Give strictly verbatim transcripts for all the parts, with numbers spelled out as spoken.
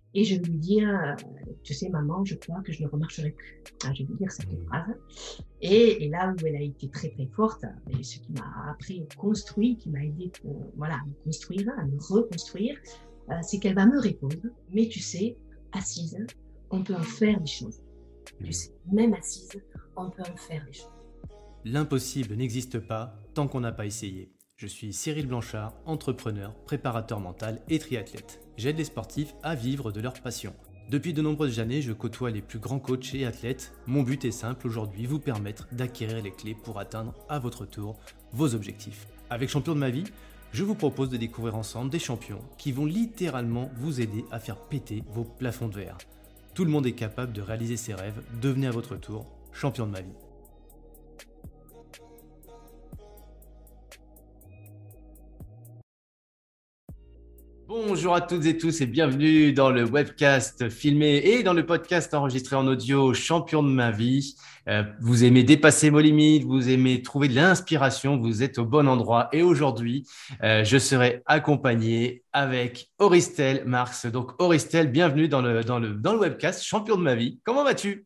Et je vais lui dire, euh, tu sais, maman, je crois que je ne remarcherai plus. Ah, je vais lui dire cette phrase. Et, et là où elle a été très très forte, et ce qui m'a après construit, qui m'a aidé euh, voilà, à me construire, à me reconstruire, euh, c'est qu'elle va me répondre, mais tu sais, assise, on peut en faire des choses. Tu sais, même assise, on peut en faire des choses. L'impossible n'existe pas tant qu'on n'a pas essayé. Je suis Cyril Blanchard, entrepreneur, préparateur mental et triathlète. J'aide les sportifs à vivre de leur passion. Depuis de nombreuses années, je côtoie les plus grands coachs et athlètes. Mon but est simple aujourd'hui, vous permettre d'acquérir les clés pour atteindre à votre tour vos objectifs. Avec Champion de ma vie, je vous propose de découvrir ensemble des champions qui vont littéralement vous aider à faire péter vos plafonds de verre. Tout le monde est capable de réaliser ses rêves, devenez à votre tour champion de ma vie. Bonjour à toutes et tous et bienvenue dans le webcast filmé et dans le podcast enregistré en audio Champion de ma vie. Euh, vous aimez dépasser vos limites, vous aimez trouver de l'inspiration, vous êtes au bon endroit. Et aujourd'hui, euh, je serai accompagné avec Auristel Marx. Donc Auristel, bienvenue dans le, dans le, dans le webcast Champion de ma vie. Comment vas-tu?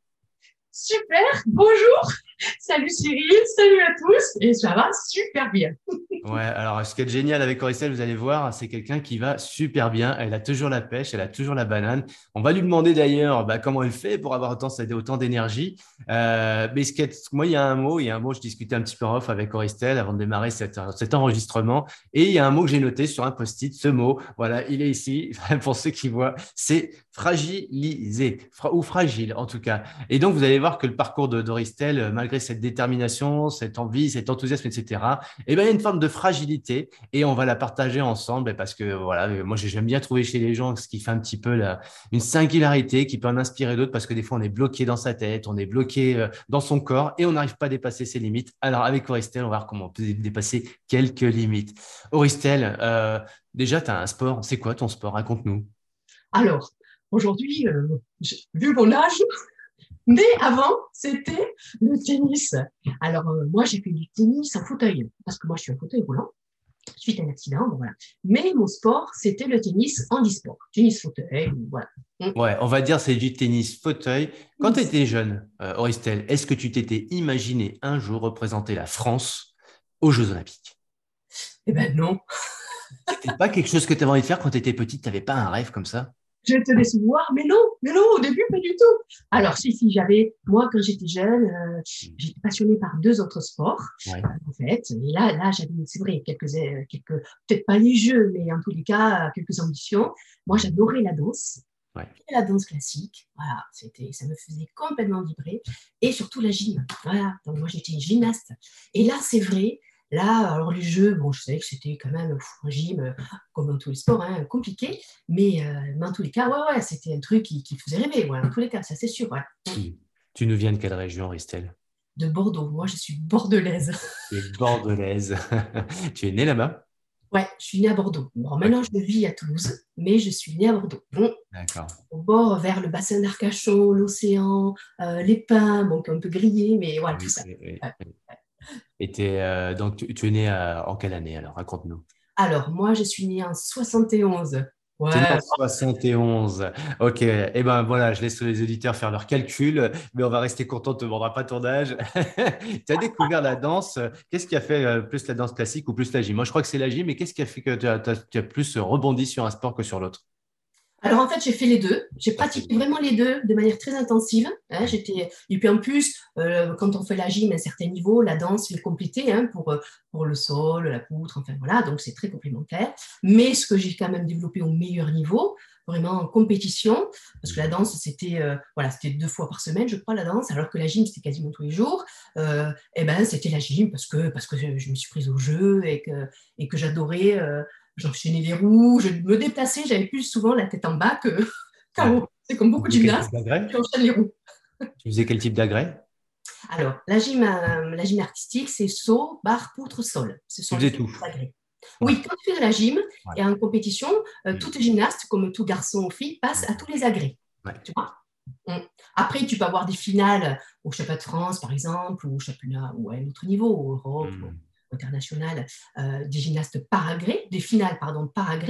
Super, bonjour, salut Cyril, salut à tous, et ça va super bien. Ouais, alors ce qui est génial avec Auristel, vous allez voir, c'est quelqu'un qui va super bien. Elle a toujours la pêche, elle a toujours la banane. On va lui demander d'ailleurs bah, comment elle fait pour avoir autant, autant d'énergie. Euh, mais ce qui est, moi, il y a un mot, il y a un mot, je discutais un petit peu en off avec Auristel avant de démarrer cet, cet enregistrement. Et il y a un mot que j'ai noté sur un post-it. Ce mot, voilà, il est ici pour ceux qui voient, c'est fragilisé fra ou fragile en tout cas. Et donc, vous allez voir que le parcours de d'Auristel, malgré cette détermination, cette envie, cet enthousiasme, et cetera, eh ben, il y a une forme de fragilité et on va la partager ensemble parce que voilà, moi j'aime bien trouver chez les gens ce qui fait un petit peu la, une singularité qui peut en inspirer d'autres parce que des fois on est bloqué dans sa tête, on est bloqué euh, dans son corps et on n'arrive pas à dépasser ses limites. Alors avec Auristel, on va voir comment on peut dépasser quelques limites. Auristel, euh, déjà tu as un sport, c'est quoi ton sport? Raconte-nous. Alors, aujourd'hui, euh, vu mon âge, mais avant, c'était le tennis. Alors, euh, moi, j'ai fait du tennis en fauteuil, parce que moi, je suis en fauteuil roulant, suite à un accident, bon, voilà. Mais mon sport, c'était le tennis handisport, tennis fauteuil, voilà. Ouais, on va dire c'est du tennis fauteuil. Quand tu étais jeune, euh, Auristel, est-ce que tu t'étais imaginé un jour représenter la France aux Jeux Olympiques? Eh ben non, C'était pas quelque chose que tu avais envie de faire quand tu étais petite, tu n'avais pas un rêve comme ça? je vais te décevoir, mais non, mais non, au début, pas du tout. Alors, si, si, j'avais, moi, quand j'étais jeune, euh, j'étais passionnée par deux autres sports, Ouais. euh, en fait. Et là, là, j'avais, c'est vrai, quelques, euh, quelques, peut-être pas les jeux, mais en tous les cas, quelques ambitions. Moi, j'adorais la danse. Ouais. Et la danse classique, voilà, c'était, ça me faisait complètement vibrer. Et surtout la gym, voilà. Donc, moi, j'étais une gymnaste. Et là, c'est vrai, là, alors les jeux, bon, je savais que c'était quand même pff, un gym, euh, comme dans tous les sports, hein, compliqué. Mais, euh, mais en tous les cas, ouais, ouais, c'était un truc qui, qui faisait rêver, ouais, en tous les cas, ça c'est sûr. Ouais. Tu, tu nous viens de quelle région, Ristel? De Bordeaux, moi je suis bordelaise. Tu es bordelaise. Tu es née là-bas? Ouais, je suis née à Bordeaux. Bon, Ok, maintenant je vis à Toulouse, mais je suis née à Bordeaux. Bon, d'accord. au bord, vers le bassin d'Arcachon, l'océan, euh, les pins, bon, un peu grillé, mais voilà, tout Oui, ça. oui, oui, Ouais. oui. Et t'es, euh, donc, tu, tu es né à- en quelle année alors? Raconte-nous. Alors, moi je suis née en soixante et onze. Tu es né en Ouais, soixante et onze. Ok, eh ben voilà, je laisse les auditeurs faire leurs calculs, mais on va rester content, on ne te demandera pas ton âge. Tu as découvert la danse. Qu'est-ce qui a fait euh, plus la danse classique ou plus la gym? Moi, je crois que c'est la gym, mais qu'est-ce qui a fait que tu as, t'as- tu as plus rebondi sur un sport que sur l'autre? alors en fait, j'ai fait les deux. J'ai T'as fait pratiqué les deux. vraiment les deux de manière très intensive. Hein. Ouais. J'étais... Et puis en plus, euh, quand on fait la gym à un certain niveau, la danse fait compléter hein, pour, euh, pour le sol, la poutre, enfin voilà, donc c'est très complémentaire. Mais ce que j'ai quand même développé au meilleur niveau, vraiment en compétition, parce que la Mhm. danse, c'était euh, voilà, c'était deux fois par semaine, je crois, la danse, alors que la gym, c'était quasiment tous les jours. Euh, et ben, c'était la gym parce que, parce que je me suis prise au jeu et que, et que j'adorais. Euh, J'enchaînais les roues, je me déplaçais, j'avais plus souvent la tête en bas que Ouais. K O. C'est comme Tu beaucoup de faisais quel gymnastes type d'agrès? qui enchaînent les roues. Tu faisais quel type d'agrès? Alors, la gym, euh, la gym artistique, c'est saut, barre, poutre, sol. Ce Tu sont les faisais cinq tout. agrès. Ouais. Oui, quand tu fais de la gym Ouais. et en compétition, euh, Mhm. tout gymnaste, comme tout garçon ou fille, passe à Mhm. tous les agrès. Ouais. Tu vois. Mm. Après, tu peux avoir des finales au championnat de France, par exemple, ou au championnat ou à un autre niveau, Europe, ou Mhm. international, euh, des gymnastes par agrès, des finales, pardon, par agrès.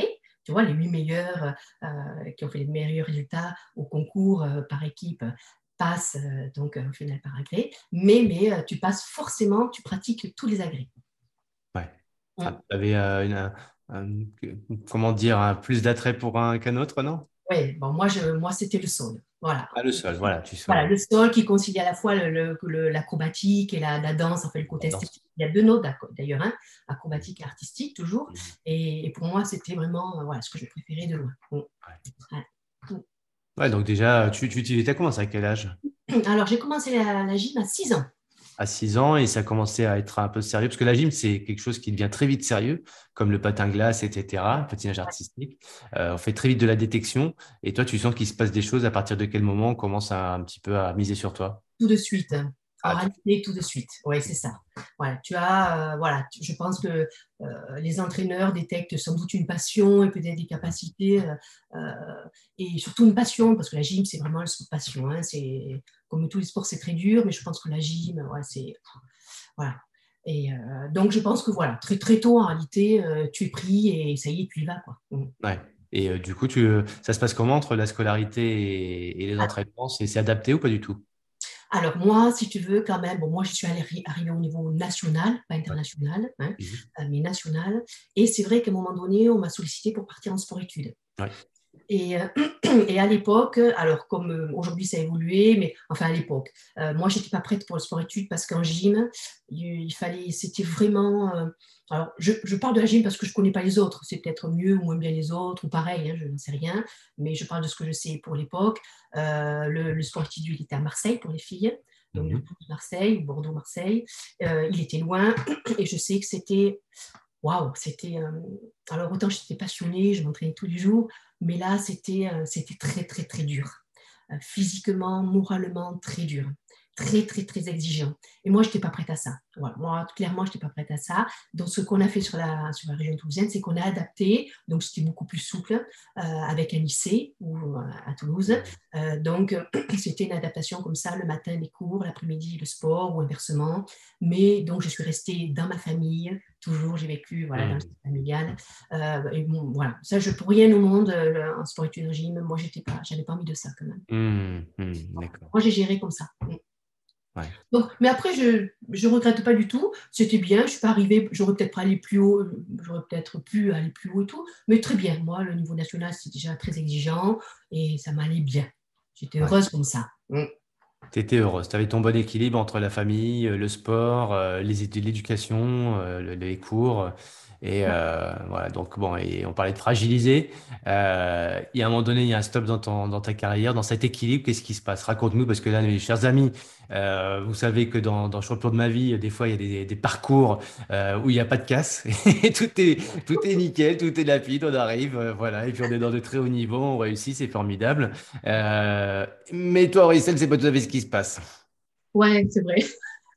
tu vois, les huit meilleurs euh, qui ont fait les meilleurs résultats au concours euh, par équipe passent euh, donc au final par agrès, mais, mais euh, tu passes forcément, tu pratiques tous les agrès. Ouais. Mm. Ah, tu avais euh, une, un- un- comment dire, un plus d'attrait pour un qu'un autre, non? Oui, bon, moi, je, moi c'était le sol. Voilà. Ah, le sol, voilà, tu Voilà, sol. le sol qui concilie à la fois le- le- le- l'acrobatique et la, la danse, en fait, le côté La danse. esthétique. Il y a deux notes d'ac- d'ailleurs, hein, acrobatique et artistique toujours. Mhm. Et, et pour moi, c'était vraiment euh, voilà, ce que je préférais de loin. Mm. Ouais. Ouais. Ouais, donc déjà, tu, tu, tu as commencé à quel âge? Alors, j'ai commencé la, la gym à six ans. À six ans et ça commençait à être un peu sérieux parce que la gym, c'est quelque chose qui devient très vite sérieux, comme le patin glace, et cetera, le patinage artistique. Euh, on fait très vite de la détection et toi, tu sens qu'il se passe des choses à partir de quel moment on commence à, un petit peu à miser sur toi? Tout de suite. En Ah, tu- réalité, tout de suite. Oui, c'est ça. Voilà, tu as, euh, voilà, tu- je pense que euh, les entraîneurs détectent sans doute une passion et peut-être des capacités euh, euh, et surtout une passion parce que la gym, c'est vraiment le sport passion. Hein, c'est comme tous les sports, c'est très dur, mais je pense que la gym, ouais, c'est voilà. Et euh, donc, je pense que voilà, très très tôt en réalité, euh, tu es pris et ça y est, tu y vas quoi. Mm. ouais. Et euh, du coup, tu, ça se passe comment entre la scolarité et, et les entraînements? C'est c'est adapté ou pas du tout? Alors moi, si tu veux, quand même, bon, moi je suis arrivée au niveau national, pas Ouais. international, hein, Mhm. euh, mais national. Et c'est vrai qu'à un moment donné, on m'a sollicité pour partir en sport-études. Ouais. Et, euh, et à l'époque, alors comme euh, aujourd'hui ça a évolué, mais enfin à l'époque, euh, moi j'étais pas prête pour le sport-études parce qu'en gym, il, il fallait, c'était vraiment. Euh, alors je, je, parle de la gym parce que je connais pas les autres, c'est peut-être mieux ou moins bien les autres ou pareil, hein, je ne sais rien, mais je parle de ce que je sais pour l'époque. Euh, le, le sport-études il était à Marseille pour les filles, donc de Mhm. Marseille, Bordeaux-Marseille. Euh, il était loin et je sais que c'était waouh, c'était. Euh, alors, autant j'étais passionnée, je m'entraînais tous les jours, mais là, c'était euh, c'était très, très, très dur. Euh, physiquement, moralement, très dur. Très, très, très exigeant. Et moi, je n'étais pas prête à ça. Voilà. Moi, clairement, je n'étais pas prête à ça. Donc, ce qu'on a fait sur la, sur la région toulousaine, c'est qu'on a adapté. Donc, c'était beaucoup plus souple euh, avec un lycée ou, euh, à Toulouse. Euh, donc, c'était une adaptation comme ça, le matin, les cours, l'après-midi, le sport ou inversement. Mais donc, je suis restée dans ma famille. Toujours, j'ai vécu voilà, dans le Mhm. système familial. Euh, et bon, voilà, ça, je pour rien au monde, euh, en sport études régime, moi, j'étais pas, j'avais pas envie de ça quand même. Mhm. Mhm. D'accord. Moi, j'ai géré comme ça. Ouais. Donc, mais après, je ne regrette pas du tout. C'était bien, je ne suis pas arrivée, j'aurais peut-être pas allé plus haut, j'aurais peut-être pu aller plus haut et tout, mais très bien. Moi, le niveau national, c'était déjà très exigeant et ça m'allait bien. J'étais Ouais. heureuse comme ça. Mm. Tu étais heureuse. Tu avais ton bon équilibre entre la famille, euh, le sport, euh, les études, l'éducation, euh, le- les cours. Et euh, voilà, donc bon, et on parlait de fragiliser. Euh, il y a un moment donné, il y a un stop dans ton, dans ta carrière, dans cet équilibre. Qu'est-ce qui se passe? Raconte-nous, parce que là, mes chers amis, euh, vous savez que dans, dans Champion de ma vie, des fois, il y a des, des parcours euh, où il n'y a pas de casse. Et tout est, tout est nickel, tout est lapide, on arrive, euh, voilà, et puis on est dans de très haut niveau, on réussit, c'est formidable. Euh, mais toi, Auricel, c'est pas tout à fait ce qui se passe. Ouais, c'est vrai.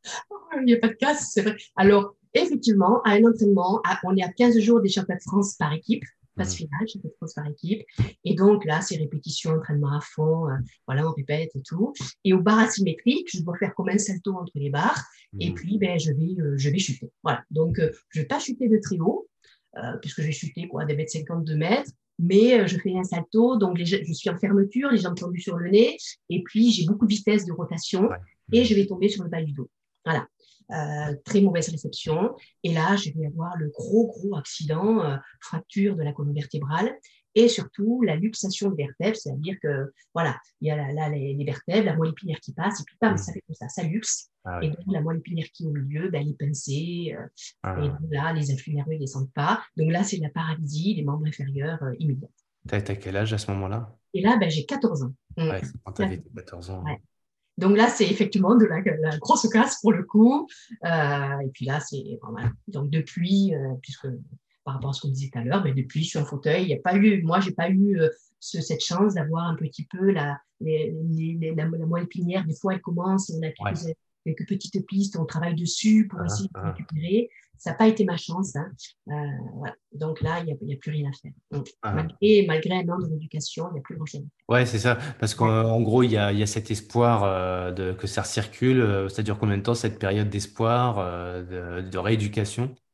Il n'y a pas de casse, c'est vrai. Alors, effectivement, à un entraînement, à- on est à quinze jours des championnats de France par équipe, phase Mhm. finale, championnat de France par équipe. Et donc là, c'est répétition, entraînement à fond, euh, voilà, on répète et tout. Et au bar asymétrique, je dois faire comme un salto entre les barres. Et Mhm. puis, ben, je vais, euh, je vais chuter. Voilà. Donc, euh, je ne vais pas chuter de très haut, euh, puisque je vais chuter quoi, des mètres cinquante, deux mètres. Mais euh, je fais un salto, donc les, je suis en fermeture, les jambes tendues sur le nez, et puis j'ai beaucoup de vitesse de rotation, Ouais. et Mhm. je vais tomber sur le bas du dos. Voilà. Euh, très mauvaise réception. Et là, je vais avoir le gros, gros accident, euh, fracture de la colonne vertébrale et surtout la luxation de vertèbres, c'est-à-dire que, voilà, il y a là, là les, les vertèbres, la moelle épinière qui passe, et puis bam, ça Mhm. fait comme ça, ça luxe. Ah Et oui. donc, la moelle épinière qui est au milieu, ben, elle est pincée. Euh, et Ah. donc là, les influx nerveux ne descendent pas. Donc là, c'est de la paralysie des membres inférieurs euh, immédiate. T'as t'as quel âge à ce moment-là? Et là, ben, j'ai quatorze ans. Mmh. Ouais, c'est quand t'avais quatorze ans. Ouais. Donc là, c'est effectivement de la, la grosse casse pour le coup. Euh, et puis là, c'est bon, voilà. Donc depuis, euh, puisque par rapport à ce qu'on disait tout à l'heure, mais depuis, je suis en fauteuil. Il y a pas eu, moi, j'ai pas eu euh, ce, cette chance d'avoir un petit peu la, les, les, les, la, la moelle épinière. Des fois, elle commence, on a Ouais. quelques, quelques petites pistes, on travaille dessus pour Ah, essayer de ah, récupérer. Ça n'a pas été ma chance. Hein. Euh, voilà. Donc là, il n'y a, il y a plus rien à faire. Donc, ah. malgré, malgré un an de rééducation, il n'y a plus grand-chose. Ouais, c'est ça. Parce qu'en Ouais. en gros, il y a, il y a cet espoir euh, de, que ça circule. Euh, Ça dure combien de temps, cette période d'espoir, euh, de, de rééducation?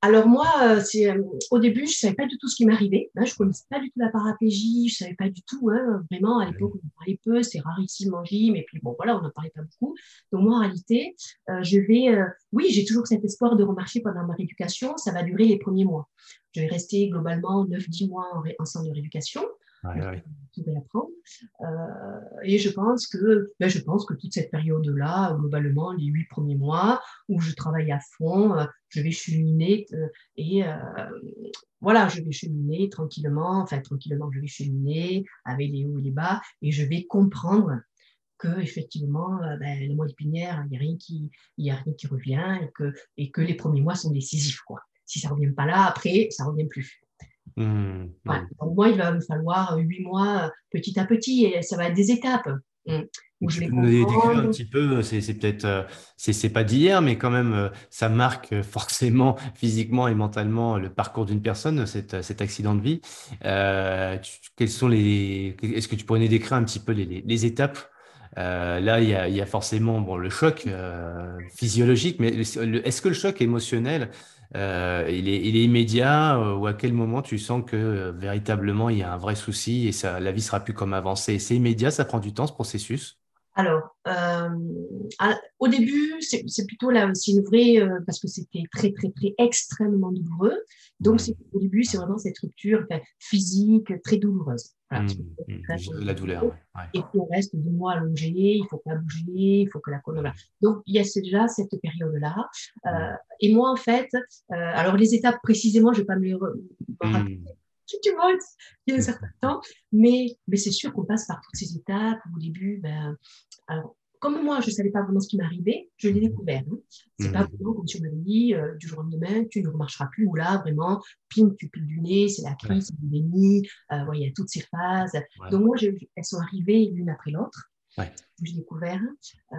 Alors moi, euh, c'est, euh, au début, je ne savais pas du tout ce qui m'arrivait. Hein, je ne connaissais pas du tout la paraplégie, je ne savais pas du tout. Hein, vraiment, à l'époque, on en parlait peu, c'est rarissime en gym, et puis bon, voilà, on n'en parlait pas beaucoup. Donc moi, en réalité, euh, je vais... euh, oui, j'ai toujours cet espoir de remarcher pendant ma rééducation. Ça va durer les premiers mois. Je vais rester globalement neuf dix mois en, ré- en centre de rééducation. Ouais, Donc, ouais. tout réapprendre. Euh, et je pense que, ben, je pense que toute cette période-là, globalement, les huit premiers mois, où je travaille à fond, euh, je vais cheminer euh, et euh, voilà, je vais cheminer tranquillement, enfin tranquillement, je vais cheminer avec les hauts et les bas et je vais comprendre que effectivement, euh, ben, le mois épinière, il n'y a rien qui, il y a rien qui revient et que, et que les premiers mois sont décisifs, quoi. Si ça ne revient pas là, après, ça ne revient plus. Mmh, Voilà. mmh. Donc, moi, il va me falloir huit mois euh, petit à petit et ça va être des étapes hein, où je Tu vais peux nous décrire un comprendre. petit peu, c'est c'est peut-être, euh, c'est c'est pas d'hier, mais quand même, euh, ça marque euh, forcément physiquement et mentalement le parcours d'une personne, cet, cet accident de vie. Euh, tu- quelles sont les, est-ce que tu pourrais nous décrire un petit peu les, les, les étapes? Euh, là, il y a, il y a forcément bon, le choc euh, physiologique, mais le- le- est-ce que le choc émotionnel, euh, il est, il est immédiat euh, ou à quel moment tu sens que euh, véritablement il y a un vrai souci et ça, la vie sera plus comme avant? C'est c'est immédiat, ça prend du temps ce processus? Alors, euh, à- au début, c'est c'est plutôt là, c'est une vraie, euh, parce que c'était très, très, très extrêmement douloureux. Donc, Hmm. c'est- au début, c'est vraiment cette rupture enfin, physique très douloureuse. Voilà, parce que Hmm. c'est Hmm. très Je- La douleur, douloureux. ouais. Ouais. Et puis, on reste deux mois allongé, il faut pas bouger, il faut que la colonne. Voilà. Donc, il y a ce- déjà cette période-là. Hmm. Euh, et moi, en fait, euh, alors les étapes précisément, je ne vais pas me les re- m'en rappeler Hmm. tu vois, il y a un certain temps, mais, mais c'est sûr qu'on passe par toutes ces étapes. Au début, ben, alors, comme moi, je ne savais pas vraiment ce qui m'arrivait, je l'ai découvert. Hein. C'est pas Hmm. vraiment comme tu m'avais dit, euh, du jour au lendemain, tu ne remarcheras plus, ou là, vraiment, pim, tu piles du nez, c'est la Ouais. crise, c'est le déni, euh, ouais, il y a toutes ces phases. Ouais. Donc, moi, je- elles sont arrivées l'une après l'autre, Ouais. que j'ai découvert. Euh,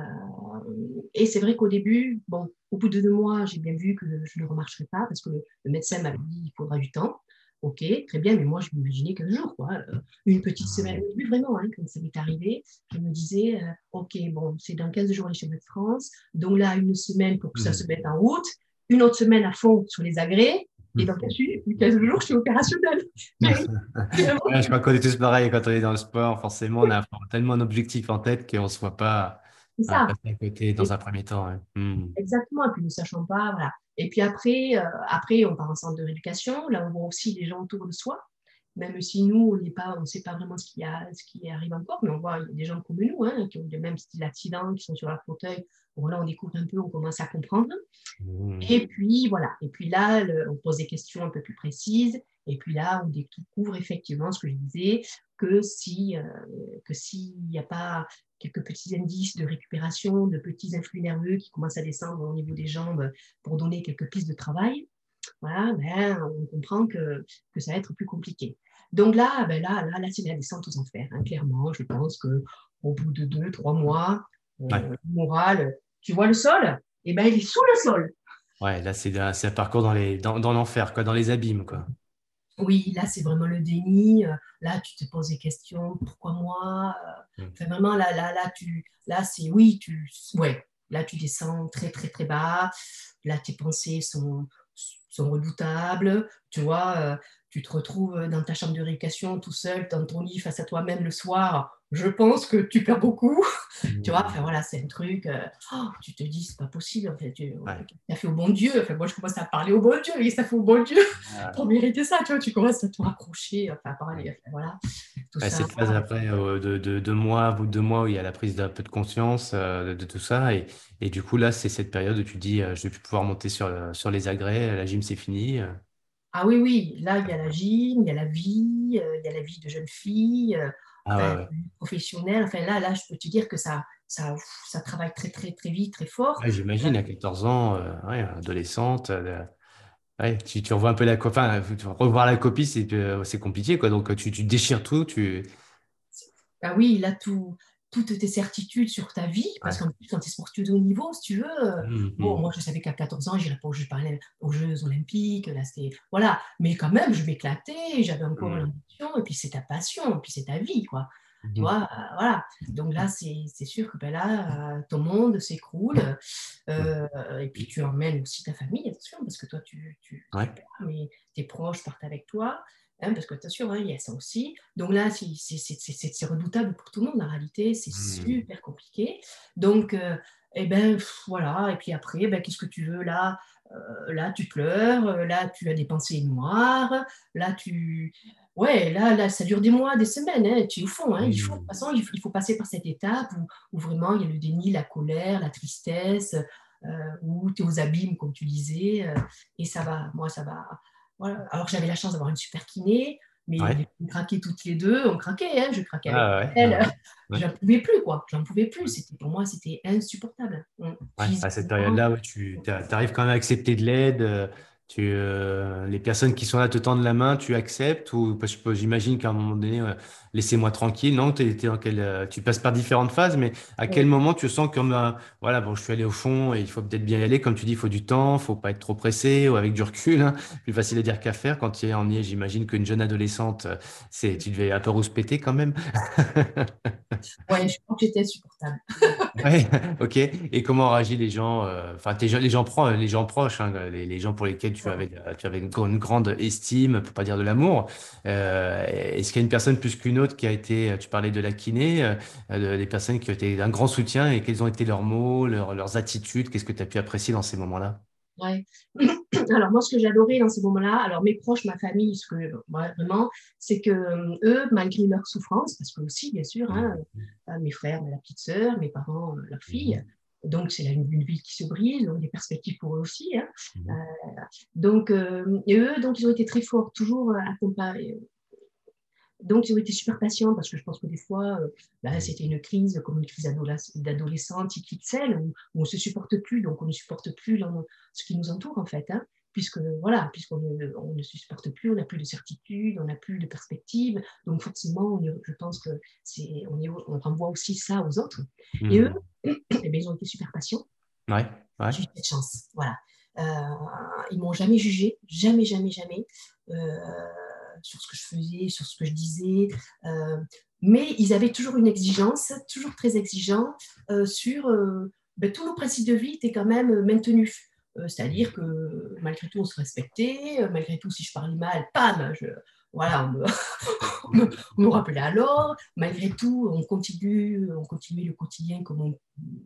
et c'est vrai qu'au début, bon, au bout de deux mois, j'ai bien vu que je ne remarcherais pas parce que le, le médecin m'avait dit il faudra du temps. Ok, très bien, mais moi, je m'imaginais quinze jours, quoi. Euh, une petite semaine. Hmm. Au début, vraiment, hein, quand ça m'est arrivé, je me disais, euh, ok, bon, c'est dans quinze jours les chemins de France. Donc là, une semaine pour que ça se Hmm. mette en route, une autre semaine à fond sur les agrès, et dans Hmm. quinze jours, je suis opérationnelle. Mais, vraiment, Ouais, je crois qu'on est tous pareils quand on est dans le sport. Forcément, on a tellement d'objectifs en tête qu'on ne se voit pas c'est à ça. passer à côté dans un premier temps. Ouais. Hmm. Exactement, et puis ne sachant pas, voilà. Et puis après, euh, après, on part en centre de rééducation, là on voit aussi les gens autour de soi, même si nous, on n'est pas, on ne sait pas vraiment ce qui, a, ce qui arrive encore, mais on voit il y a des gens comme nous, hein, qui ont le même style d'accident, qui sont sur leur fauteuil. Bon, là, on découvre un peu, on commence à comprendre. Hmm. Et puis, voilà. Et puis là, le- on pose des questions un peu plus précises. Et puis là, on découvre effectivement ce que je disais, que si, euh, que s'il n'y a pas quelques petits indices de récupération, de petits influx nerveux qui commencent à descendre au niveau des jambes pour donner quelques pistes de travail, voilà, ben, on comprend que, que ça va être plus compliqué. Donc là, ben là, là, là, c'est la descente aux enfers, hein, clairement. Je pense que au bout de deux, trois mois, euh, Ouais. le moral, tu vois le sol, et ben il est sous le sol. Ouais, là, c'est un, c'est un parcours dans les, dans, dans l'enfer, quoi, dans les abîmes, quoi. Oui, là, c'est vraiment le déni. Euh, Là, tu te poses des questions. Pourquoi moi? Euh, Hmm. Enfin, vraiment, là, là, là, tu, là, c'est oui, tu, ouais. Là, tu descends très, très, très bas. Là, tes pensées sont, sont redoutables. Tu vois, euh, tu te retrouves dans ta chambre de rééducation tout seul, dans ton lit, face à toi-même le soir. Je pense que tu perds beaucoup. Tu vois, Hmm. enfin voilà, c'est un truc, euh, oh, tu te dis, c'est pas possible, en fait, tu Ouais. as fait au bon Dieu. Enfin, moi, je commence à parler au bon Dieu, et ça fait au bon Dieu pour mériter ça, tu vois, tu commences à te raccrocher, enfin, pareil, Ouais. enfin, voilà, tout Ouais, ça. cette phase après euh, de, de, de mois, au bout de deux mois où il y a la prise d'un peu de conscience euh, de, de tout ça. Et, et du coup, là, c'est cette période où tu te dis, euh, je vais plus pouvoir monter sur, le- sur les agrès, la gym, c'est fini. euh. Ah oui, oui, là, il y a la gym, il y a la vie, euh, il y a la vie de jeune fille, euh, Ah enfin, ouais, ouais. professionnelle. Enfin, là, là, je peux te dire que ça, ça, ouf, ça travaille très, très, très vite, très fort. Ouais, j'imagine, à quatorze ans, euh, ouais, adolescente, euh, ouais, tu, tu revois un peu la copie, enfin, tu- revoir la copie, c'est euh, c'est compliqué, quoi. Donc, tu, tu déchires tout, tu... Ah oui, là, tout, toutes tes certitudes sur ta vie, parce Ouais. qu'en plus, quand tu es sportif de haut niveau, si tu veux, euh, bon, Mhm. moi, je savais qu'à quatorze ans, j'irais pas aux Jeux, parallèles- aux Jeux Olympiques, là, c'était, voilà, mais quand même, je m'éclatais, j'avais encore Mhm. l'ambition, et puis c'est ta passion, et puis c'est ta vie, quoi. tu Mhm. vois, euh, voilà. Donc là, c'est c'est sûr que ben là, euh, ton monde s'écroule. Ouais. Euh, et puis tu emmènes aussi ta famille, attention, parce que toi, tu, tu, Ouais. tu pars, mais tes proches partent avec toi. Hein, parce que attention, hein, il y a ça aussi. Donc là, c'est c'est- c'est- c'est- c'est redoutable pour tout le monde. En réalité, c'est Mhm. super compliqué. Donc, euh, eh ben, pff, voilà. Et puis après, ben, qu'est-ce que tu veux là? Euh, là, tu pleures. euh, Là, tu as des pensées noires. Là, tu, ouais, là, là, ça dure des mois, des semaines, hein, tu es au fond, hein, il faut, de toute Mhm. façon, il faut, il faut passer par cette étape où, où vraiment il y a le déni, la colère, la tristesse, euh, où tu es aux abîmes, comme tu disais, euh, et ça va, moi, ça va. Voilà. Alors j'avais la chance d'avoir une super kiné, mais Ouais. on craquait toutes les deux, on craquait, hein, je craquais avec Ah ouais. elle, Ah ouais. j'en pouvais plus, quoi, j'en pouvais plus, c'était, pour moi, c'était insupportable. Hum, Ouais, à cette Physiquement, période-là, ouais, tu arrives quand même à accepter de l'aide. euh, Tu, euh, les personnes qui sont là te tendent la main, tu acceptes ou parce que j'imagine qu'à un moment donné, euh, laissez-moi tranquille. Non, t'es- t'es dans quelle, euh, tu passes par différentes phases, mais à quel oui. moment tu sens comme euh, voilà, bon, je suis allé au fond et il faut peut-être bien y aller. Comme tu dis, il faut du temps, faut pas être trop pressé ou avec du recul. Hein, plus facile à dire qu'à faire. Quand tu es en y est, j'imagine qu'une jeune adolescente, euh, c'est, tu devais un peu rouspéter quand même. Ouais, je crois que j'étais insupportable. Ouais, ok. Et comment réagissent les gens, euh, enfin tes gens- les gens proches, les gens proches, hein, les, les gens pour lesquels tu avais, euh, tu avais une, gr- une grande estime, pour pas dire de l'amour. Euh, est-ce qu'il y a une personne plus qu'une autre qui a été, tu parlais de la kiné, euh, euh, des personnes qui ont été d'un grand soutien et quels ont été leurs mots, leurs, leurs attitudes, qu'est-ce que tu as pu apprécier dans ces moments-là? Ouais. Alors moi, ce que j'adorais dans ces moments-là, alors mes proches, ma famille, ce que ouais, vraiment, c'est que euh, eux, malgré leur souffrance, parce que aussi, bien sûr, hein, Mhm. euh, mes frères, la petite sœur, mes parents, euh, leur fille, Mhm. donc c'est là une, une vie qui se brise, donc des perspectives pour eux aussi. Hein. Euh, Mhm. donc euh, et eux, donc ils ont été très forts, toujours euh, accompagnés, donc, ils ont été super patients parce que je pense que des fois, euh, bah, c'était une crise, comme une crise d'adolescente, qui celle où, où on ne se supporte plus, donc on ne supporte plus dans ce qui nous entoure en fait, hein, puisque voilà, puisqu'on ne, on ne se supporte plus, on n'a plus de certitude, on n'a plus de perspective, donc forcément, on, je pense que c'est, on, est, on renvoie aussi ça aux autres. Et eux, Mhm. eh bien, ils ont été super patients. Ouais, ouais. J'ai eu cette chance, voilà. Euh, ils m'ont jamais jugé, jamais, jamais, jamais, euh, sur ce que je faisais, sur ce que je disais. Euh, mais ils avaient toujours une exigence, toujours très exigeant, euh, sur euh, ben, tous nos principes de vie étaient quand même maintenus. Euh, c'est-à-dire que malgré tout, on se respectait. Euh, malgré tout, si je parlais mal, pam, je, voilà, on me, on me, on me rappelait alors. Malgré tout, on continue, on continuait le quotidien comme on,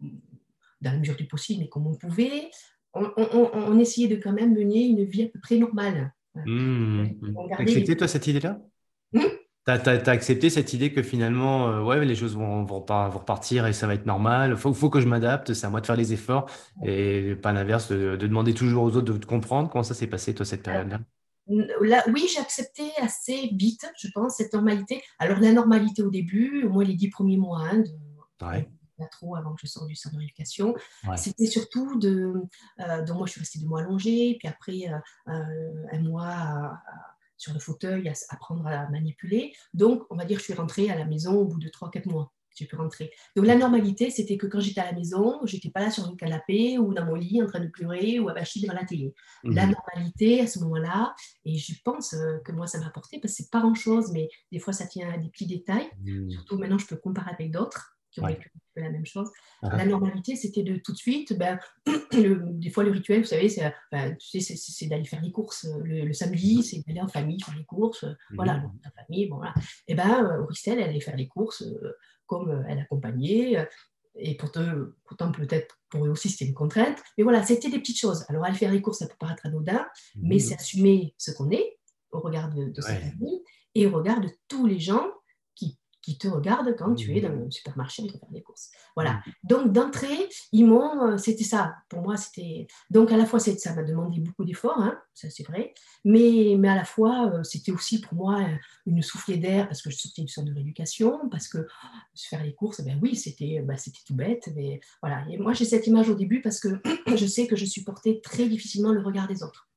dans la mesure du possible, mais comme on pouvait. On, on, on essayait de quand même mener une vie à peu près normale. Voilà. Mhm. On T'as gardait les... accepté toi cette idée-là? Hum, T'as, t'as, t'as accepté cette idée que finalement, euh, ouais, les choses vont, vont, par- vont repartir et ça va être normal. Faut, faut que je m'adapte, c'est à moi de faire les efforts et pas l'inverse, de, de demander toujours aux autres de te comprendre. Comment ça s'est passé, toi, cette alors, période-là? là, oui, j'ai accepté assez vite, je pense, cette normalité. Alors, la normalité au début, au moins les dix premiers mois, hein, de, Ouais, pas trop avant que je sorte du centre de rééducation, ouais. c'était surtout de. Euh, donc, moi, je suis restée deux mois allongée, puis après, euh, euh, un mois à- à- sur le fauteuil, à s- apprendre à manipuler. Donc, on va dire que je suis rentrée à la maison au bout de trois quatre mois. J'ai pu rentrer. Donc, la normalité, c'était que quand j'étais à la maison, j'étais pas là sur le canapé ou dans mon lit en train de pleurer ou abachi devant la télé. La Mhm. normalité, à ce moment-là, et je pense euh, que moi, ça m'a apporté, parce que c'est pas grand-chose, mais des fois, ça tient à des petits détails. Mhm. Surtout maintenant, je peux comparer avec d'autres qui ont Ouais. vécu la même chose. La Ah, normalité, c'était de tout de suite, ben, le, des fois le rituel, vous savez, c'est ben, tu sais, c'est- c'est d'aller faire les courses le, le samedi, c'est d'aller en famille faire les courses, euh, voilà, donc, mhm. la famille, bon, voilà. Et ben, euh, Auristel, elle allait faire les courses euh, comme euh, elle accompagnait, euh, et pourtant, pourtant peut-être pour eux aussi c'était une contrainte, mais voilà, c'était des petites choses. Alors, aller faire les courses, ça peut paraître anodin, mais c'est Mhm. assumer ce qu'on est au regard de, de sa Ouais. famille et au regard de tous les gens qui, qui te regardent quand tu es dans Mhm. le supermarché en train de faire des courses. Voilà. Mhm. Donc, d'entrée, ils m'ont, euh, c'était ça. Pour moi, c'était. Donc, à la fois, ça m'a demandé beaucoup d'efforts, hein, ça c'est vrai, mais, mais à la fois, euh, c'était aussi pour moi euh, une soufflée d'air parce que je sortais du centre de rééducation, parce que oh, faire les courses, ben oui, c'était ben, c'était tout bête. Mais voilà. Et moi, j'ai cette image au début parce que je sais que je supportais très difficilement le regard des autres.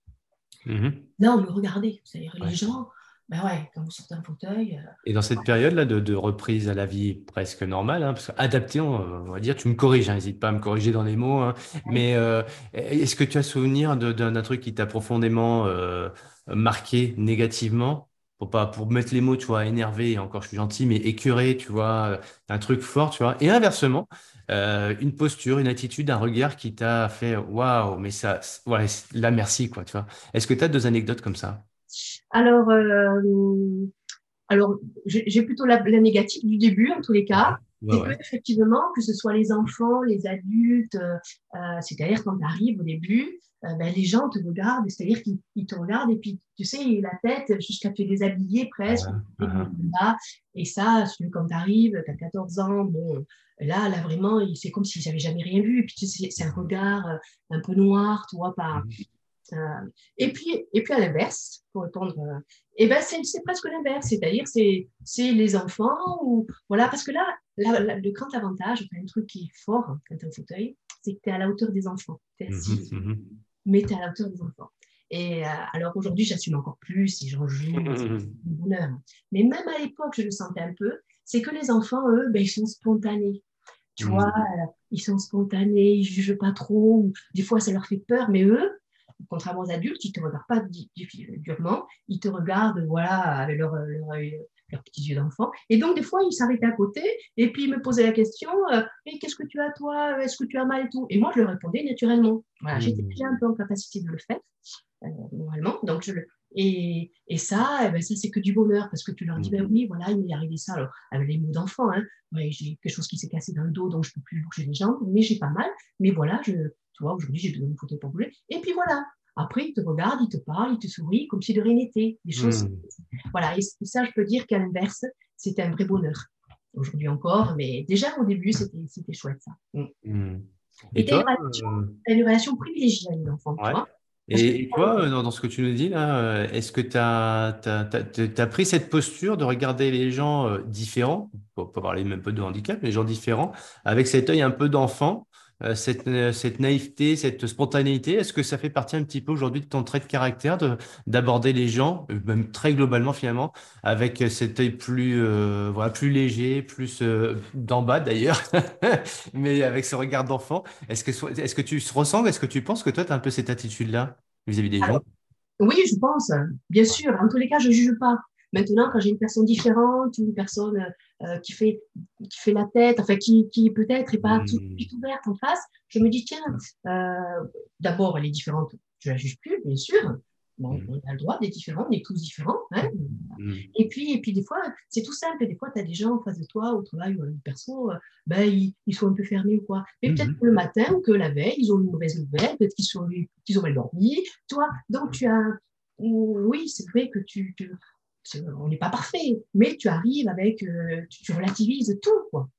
Mhm. Là, on me regardait. C'est-à-dire, les Ouais. gens, ben ouais, quand vous sortez un fauteuil, euh, Et dans cette période-là de, de reprise à la vie presque normale, hein, parce que adapté, on, on va dire, tu me corriges, hein, n'hésite pas à me corriger dans les mots, hein, mais euh, est-ce que tu as souvenir de- d'un d'un truc qui t'a profondément euh, marqué négativement? pour pas, pour mettre les mots, tu vois, énervé, encore je suis gentil, mais écœuré, tu vois, euh, un truc fort, tu vois. Et inversement, euh, une posture, une attitude, un regard qui t'a fait waouh, mais ça, c'est- ouais, c'est- là, merci, quoi, tu vois. Est-ce que tu as deux anecdotes comme ça? Alors, euh, alors j'ai j'ai plutôt la, la négative du début, en tous les cas. Ouais, ouais, C'est que ouais. effectivement, que ce soit les enfants, les adultes, euh, euh, c'est-à-dire quand tu arrives au début, euh, ben, les gens te regardent, c'est-à-dire qu'ils ils te regardent et puis tu sais, la tête jusqu'à te déshabiller presque, Ah, et, ah, là, et ça, quand tu arrives, tu as quatorze ans, bon, là, là vraiment, c'est comme s'ils n'avaient jamais rien vu. Et puis tu sais, c'est un regard euh, un peu noir, tu vois, pas. mhm, Euh, et puis, et puis à l'inverse, pour répondre, euh, eh ben c'est, c'est presque l'inverse, c'est-à-dire c'est, c'est les enfants ou voilà, parce que là, la, la, le grand avantage, enfin, un truc qui est fort hein, quand tu as un fauteuil, c'est que tu es à la hauteur des enfants, tu es mhm, assis, mhm. mais tu es à la hauteur des enfants. Et euh, alors aujourd'hui, j'assume encore plus et j'en joue, c'est Mhm. du bonheur. Mais même à l'époque, je le sentais un peu, c'est que les enfants, eux, ben, ils sont spontanés. Tu vois, Mhm. euh, ils sont spontanés, ils jugent pas trop, ou des fois ça leur fait peur, mais eux, contrairement aux adultes, ils te regardent pas di- di- durement, ils te regardent, voilà, avec leur, leur, œil- leurs petits yeux d'enfant. Et donc, des fois, ils s'arrêtaient à côté et puis ils me posaient la question, euh, mais qu'est-ce que tu as, toi? Est-ce que tu as mal et tout? Et moi, je leur répondais naturellement. Voilà, j'étais Mhm. déjà un peu en capacité de le faire, euh, normalement. Donc, je le... Et, et ça, eh ben, ça c'est que du bonheur parce que tu leur dis, ben Mhm. oui, voilà, il m'est arrivé ça. Alors, avec les mots d'enfant, hein, ouais, j'ai quelque chose qui s'est cassé dans le dos, donc je ne peux plus bouger les jambes, mais j'ai pas mal. Mais voilà, je, tu vois, aujourd'hui, j'ai besoin d'une photo pour bouger. Et puis voilà. Après, il te regarde, il te parle, il te sourit, comme si de rien n'était. Des choses. Mhm. Voilà. Et ça, je peux dire qu'à l'inverse, c'était un vrai bonheur. Aujourd'hui encore, mais déjà au début, c'était, c'était chouette ça. Mm. Mhm. Et Et tu as une toi, relation, euh, t'as une relation privilégiée avec l'enfant, tu ouais. vois. Parce que Et, et toi, euh, dans, dans ce que tu nous dis là, euh, est-ce que tu as, pris cette posture de regarder les gens euh, différents, pour pas parler même peu de handicap, les gens différents, avec cet œil un peu d'enfant, euh, cette, euh, cette naïveté, cette spontanéité, est-ce que ça fait partie un petit peu aujourd'hui de ton trait de caractère de, d'aborder les gens, euh, même très globalement finalement, avec cet œil plus, euh, voilà, plus léger, plus euh, d'en bas d'ailleurs, mais avec ce regard d'enfant? Est-ce que, so- est-ce que tu ressens, est-ce que tu penses que toi, tu as un peu cette attitude-là vis-à-vis des gens? alors, oui, je pense, bien sûr. En tous les cas, je ne juge pas. Maintenant, quand j'ai une personne différente, une personne euh, qui, fait, qui fait la tête, enfin, qui, qui peut-être n'est pas tout de Hmm, suite ouverte en face, je me dis, tiens, euh, d'abord, elle est différente, je ne la juge plus, bien sûr. Bon, hmm, on a le droit d'être différent, on est tous différents. Hein. hmm. Et puis, et puis, des fois, c'est tout simple. Des fois, tu as des gens en face de toi, au travail ou à une perso, euh, ben, ils, ils sont un peu fermés ou quoi. Mais peut-être Mhm. que le matin ou que la veille, ils ont une mauvaise nouvelle, peut-être qu'ils sont, qu'ils ont mal dormi, toi. Donc, tu as. Oui, c'est vrai que tu. tu on n'est pas parfait, mais tu arrives avec. Euh, tu, tu relativises tout, quoi.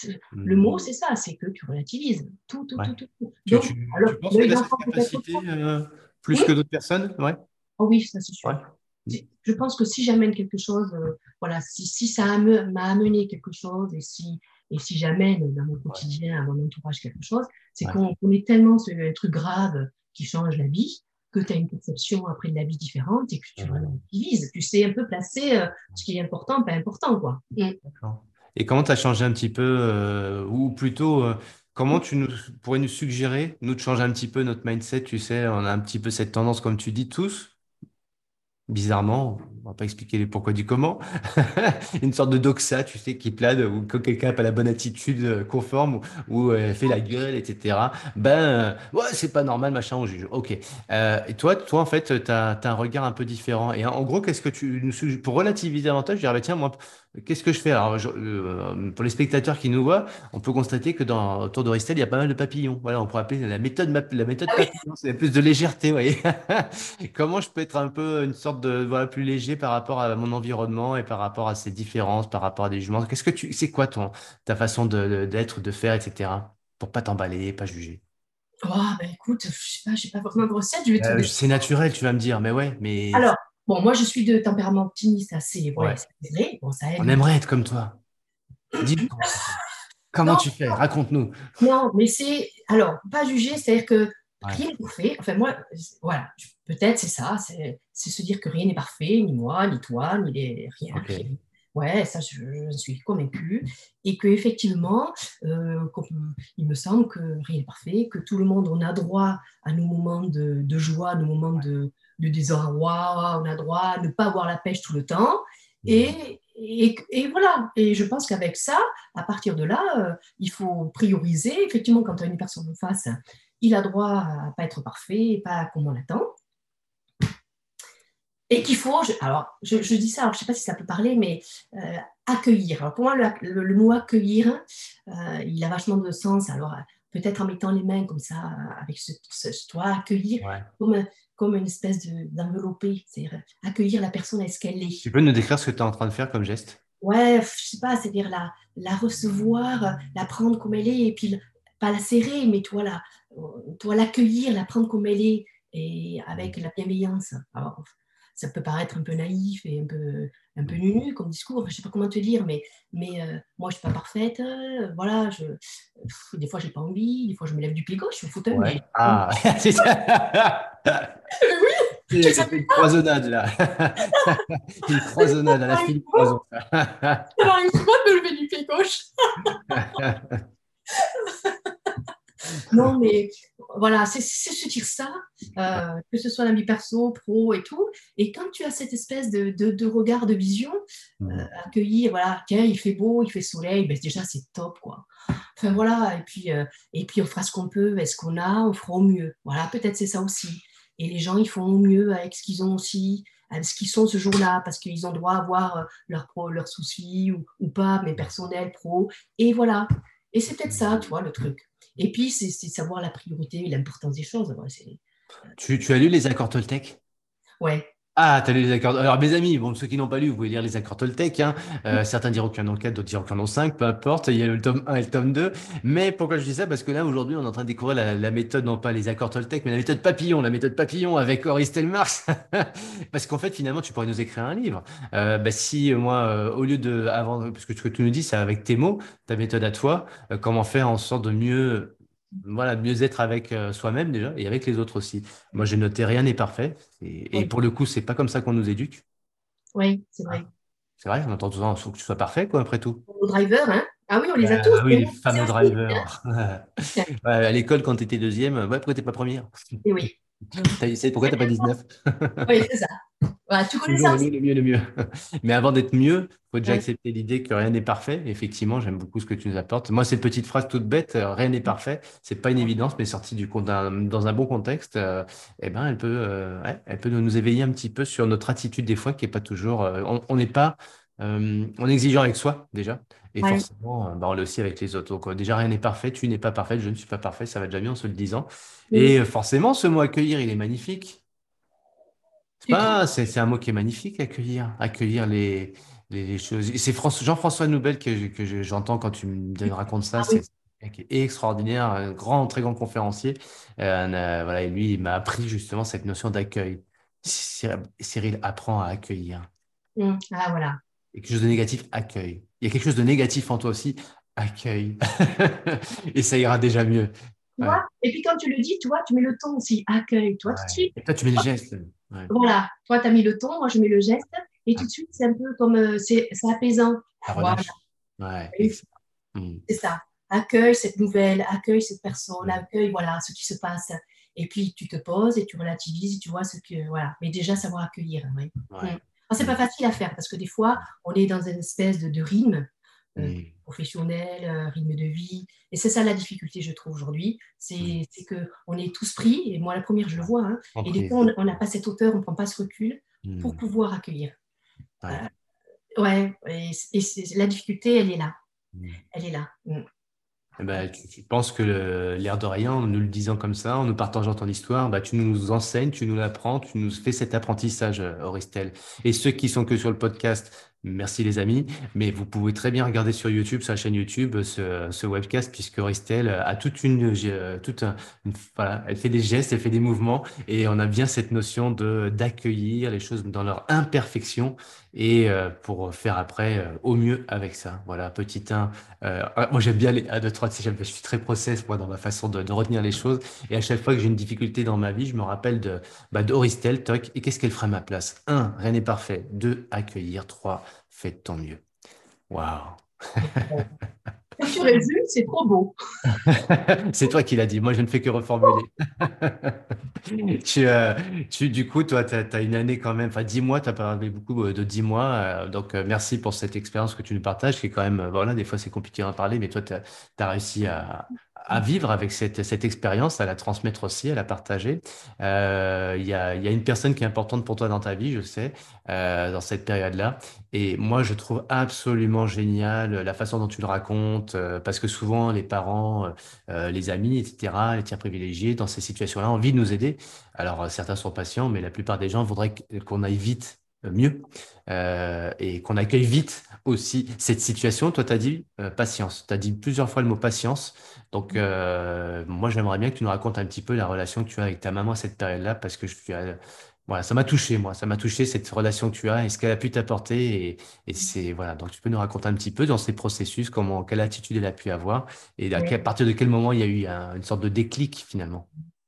Le mot, Hmm. c'est ça, c'est que tu relativises tout, tout, Ouais. tout, tout. tout. Tu, Donc, tu, alors, tu penses que l'œil tu as cette d'enfant peut-être capacité pas. euh, plus que Oui, d'autres personnes? Ouais. oh oui, ça c'est Ouais. sûr. Je pense que si j'amène quelque chose, euh, voilà, si, si ça m'a amené quelque chose et si, et si j'amène dans mon Ouais. quotidien, à mon entourage quelque chose, c'est Ouais. qu'on qu est tellement sur un truc grave qui change la vie que tu as une perception après de la vie différente et que tu Euh, relativises. Tu sais un peu placer euh, ce qui est important, pas important, quoi. Mm. D'accord. Et comment tu as changé un petit peu, euh, ou plutôt, euh, comment tu nous, pourrais nous suggérer, nous, de changer un petit peu notre mindset, tu sais, on a un petit peu cette tendance, comme tu dis, tous, bizarrement, on va pas expliquer les pourquoi du comment, une sorte de doxa, tu sais, qui plane, ou quand quelqu'un n'a pas la bonne attitude euh, conforme, ou, ou, euh, fait la gueule, et cetera. Ben, euh, ouais, c'est pas normal, machin, on juge. Ok. Euh, et toi, toi, en fait, tu as, un regard un peu différent. Et en gros, qu'est-ce que tu nous suggères, pour relativiser davantage, je dirais, bah, tiens, moi, qu'est-ce que je fais? Alors, je- euh, pour les spectateurs qui nous voient, on peut constater que dans autour de Ristel, il y a pas mal de papillons. Voilà, on pourrait appeler la méthode, map- la méthode Ah oui. papillon, c'est plus de légèreté, vous voyez. Comment je peux être un peu une sorte de voilà plus léger par rapport à mon environnement et par rapport à ces différences, par rapport à des jugements. Qu'est-ce que tu, c'est quoi ton ta façon de de- d'être, de faire, et cetera. Pour pas t'emballer, pas juger. Oh, ben écoute, je sais pas, j'ai pas vraiment de recette, je vais te Euh, dire. c'est naturel, tu vas me dire, mais ouais, mais Alors, bon, moi, je suis de tempérament optimiste assez, ouais, ouais, c'est vrai, bon, ça aide on un peu. aimerait être comme toi. Dis-nous comment tu fais. Comment Non, tu fais? Raconte-nous. non, mais c'est. Alors, pas juger, c'est-à-dire que Ouais. rien n'est parfait. Enfin, moi, voilà, peut-être c'est ça, c'est c'est se dire que rien n'est parfait, ni moi, ni toi, ni les, rien, Ok. rien. Ouais, ça, je, je suis convaincue. Et qu'effectivement, euh, il me semble que rien n'est parfait, que tout le monde, on a droit à nos moments de, de joie, nos moments de, de désarroi, on a droit à ne pas avoir la pêche tout le temps. Et, et, et voilà, et je pense qu'avec ça, à partir de là, euh, il faut prioriser. Effectivement, quand tu as une personne en face, il a droit à pas être parfait, pas comme on l'attend. Et qu'il faut, je, alors je, je, dis ça, alors je ne sais pas si ça peut parler, mais euh, accueillir. Alors pour moi, le, le, le mot accueillir, euh, il a vachement de sens. Alors peut-être en mettant les mains comme ça, avec ce, ce toi, accueillir Ouais. comme, comme une espèce de, d'enveloppé, c'est-à-dire accueillir la personne à ce qu'elle est. Tu peux nous décrire ce que tu es en train de faire comme geste? Ouais, je sais pas, c'est-à-dire la, la recevoir, la prendre comme elle est, et puis pas la serrer, mais toi, la, toi l'accueillir, la prendre comme elle est, et avec la bienveillance. Alors, ça peut paraître un peu naïf et un peu, un peu nunu comme discours, je sais pas comment te dire, mais, mais euh, moi je suis pas parfaite, euh, voilà, je, pff, des fois j'ai pas envie, des fois je me lève du pied gauche, je suis au fauteuil, mais Ouais. j'ai pas envie. Ah, c'est ça. Oui, tu C'est sais, c'est une croisonnade là. Une croisonnade à ça la m'arrive fine souvent, croison. ça m'arrive souvent de me lever du pied gauche. Non, mais voilà, c'est se dire ça, euh, que ce soit la vie perso, pro et tout. Et quand tu as cette espèce de, de, de regard, de vision, euh, accueillir, voilà, tiens, il fait beau, il fait soleil, ben déjà c'est top, quoi. Enfin voilà, et puis, euh, et puis on fera ce qu'on peut, avec ce qu'on a, on fera au mieux. Voilà, peut-être c'est ça aussi. Et les gens, ils font au mieux avec ce qu'ils ont aussi, avec ce qu'ils sont ce jour-là, parce qu'ils ont droit à avoir leurs leur soucis ou, ou pas, mais personnels, pro. Et voilà. Et c'est peut-être ça, tu vois, le truc. Et puis, c'est savoir la priorité et l'importance des choses. Ouais, Tu, tu as lu les accords Toltec? ouais. Ah, tu as lu les accords. Alors, mes amis, bon, ceux qui n'ont pas lu, vous pouvez lire les accords Toltec. Hein. Euh, certains diront qu'il y en a quatre, d'autres diront qu'il y en a cinq, peu importe. Il y a le tome un et le tome deux. Mais pourquoi je dis ça? Parce que là, aujourd'hui, on est en train de découvrir la, la méthode, non pas les accords Toltec, mais la méthode papillon, la méthode papillon avec Auristel Marx. Parce qu'en fait, finalement, tu pourrais nous écrire un livre. Euh, bah, si, euh, moi, euh, au lieu de, avant, parce que ce que tu nous dis, c'est avec tes mots, ta méthode à toi, euh, comment faire en sorte de mieux voilà, mieux être avec euh, soi-même déjà et avec les autres aussi. Moi, j'ai noté rien n'est parfait. Et, et Oui, pour le coup, c'est pas comme ça qu'on nous éduque. oui, c'est vrai. Ah, c'est vrai, on entend souvent, il faut que tu sois parfait, quoi, après tout. Nos drivers, hein? Ah oui, on les a tous. Ah oui, Mais les moi, c'est fameux aussi. drivers. Hein. Ouais, à l'école, quand tu étais deuxième, ouais, pourquoi t'es pas première? Et oui. T'as- c'est- Pourquoi t'as pas dix-neuf? Oui, c'est ça. Voilà, tu connais Toujours ça le aussi? mieux, le mieux, le mieux. Mais avant d'être mieux, il faut déjà Hein. accepter l'idée que rien n'est parfait. Effectivement, j'aime beaucoup ce que tu nous apportes. Moi, cette petite phrase toute bête, euh, rien n'est parfait, c'est pas une évidence, mais sortie du con- d'un- dans un bon contexte, euh, eh ben, elle peut, euh, ouais, elle peut nous éveiller un petit peu sur notre attitude des fois, qui est pas toujours. euh, on on n'est pas, euh, on est exigeant avec soi déjà, et Ouais. forcément, euh, bah, on l'est aussi avec les autres. Donc, euh, déjà, rien n'est parfait. Tu n'es pas parfaite, je ne suis pas parfait. Ça va déjà bien en se le disant. Mm. Et euh, forcément, ce mot accueillir, il est magnifique. C'est Tu trouves? pas, c'est, c'est un mot qui est magnifique, accueillir, accueillir les, les, les choses. Et c'est François- Jean-François Noubel que, je- que je- j'entends quand tu me racontes ça. Ah C'est oui. c'est quelqu'un qui est extraordinaire, un grand, très grand conférencier. Euh, un, euh, voilà, et lui, il m'a appris justement cette notion d'accueil. Cyr- Cyril apprend à accueillir. Mm. Ah voilà. Et quelque chose de négatif, accueille. Il y a quelque chose de négatif en toi aussi, accueille. Et ça ira déjà mieux. Tu Ouais, vois? Et puis quand tu le dis, tu vois, tu mets le ton aussi. Accueil, toi, tout de ouais. suite. Et toi, tu mets le geste. Ouais. Voilà. Toi, tu as mis le ton, moi, je mets le geste. Et tout Ah, de suite, c'est un peu comme, euh, c'est c'est apaisant. ça Voilà. relâche. Ouais, Et excellent. Hmm. c'est ça. Accueille cette nouvelle, accueille cette personne, accueille voilà ce qui se passe. Et puis tu te poses et tu relativises, tu vois ce que voilà. Mais déjà savoir accueillir. Oui. Mm. Ouais. Alors, c'est Hmm. pas facile à faire parce que des fois on est dans une espèce de, de rythme euh, Hmm. professionnel, euh, rythme de vie. Et c'est ça la difficulté, je trouve aujourd'hui. Hmm. C'est c'est que on est tous pris. Et moi la première, je le Ouais. vois. Hein, et des fois Emprise. on on n'a pas cette hauteur, on prend pas ce recul pour Hmm. pouvoir accueillir. Euh, Ouais. ouais. Et, et c'est- la difficulté, elle est là. Hmm. Elle est là. Mm. Eh ben, tu, tu penses que le- l'air de rien, en nous le disant comme ça, en nous partageant ton histoire, bah, tu nous enseignes, tu nous l'apprends, tu nous fais cet apprentissage, euh, Auristel. Et ceux qui sont que sur le podcast, merci les amis, mais vous pouvez très bien regarder sur YouTube, sur la chaîne YouTube, ce, ce webcast, puisque Auristel a toute une, euh, toute un- une- voilà, elle fait des gestes, elle fait des mouvements, et on a bien cette notion de d'accueillir les choses dans leur imperfection et euh, pour faire après euh, au mieux avec ça. Voilà, petit un. Euh, ah, moi, j'aime bien les un, deux, trois. Tu sais, j'aime- je suis très process, moi, dans ma façon de, de retenir les choses. Et à chaque fois que j'ai une difficulté dans ma vie, je me rappelle de, bah, d'Auristel, toc, et qu'est-ce qu'elle ferait à ma place? Un, rien n'est parfait. Deux, accueillir. Trois, fais de ton mieux. Waouh! Quand tu résumes, c'est trop beau. C'est toi qui l'as dit. Moi, je ne fais que reformuler. Tu, euh, tu, du coup, toi, tu as, une année quand même, enfin dix mois, tu as parlé beaucoup euh, de dix mois. Euh, donc, euh, merci pour cette expérience que tu nous partages, qui est quand même, euh, voilà, des fois c'est compliqué d'en parler, mais toi, tu as, réussi à, à vivre avec cette, cette expérience, à la transmettre aussi, à la partager. Euh, Il y a, il y a une personne qui est importante pour toi dans ta vie, je sais, euh, dans cette période-là. Et moi, je trouve absolument génial la façon dont tu le racontes, euh, parce que souvent, les parents, euh, euh, les amis, et cetera, les tiers privilégiés, dans ces situations-là, ont envie de nous aider. Alors, euh, certains sont patients, mais la plupart des gens voudraient que- qu'on aille vite, euh, mieux, euh, et qu'on accueille vite aussi cette situation. Toi, tu as dit euh, patience. Tu as dit plusieurs fois le mot patience. Donc, euh, moi, j'aimerais bien que tu nous racontes un petit peu la relation que tu as avec ta maman à cette période-là, parce que je suis, euh, voilà, ça m'a touché, moi. Ça m'a touché cette relation que tu as et ce qu'elle a pu t'apporter. Et, et c'est, voilà. Donc, tu peux nous raconter un petit peu dans ces processus, comment, quelle attitude elle a pu avoir et à, quel- à Oui, partir de quel moment il y a eu un- une sorte de déclic, finalement.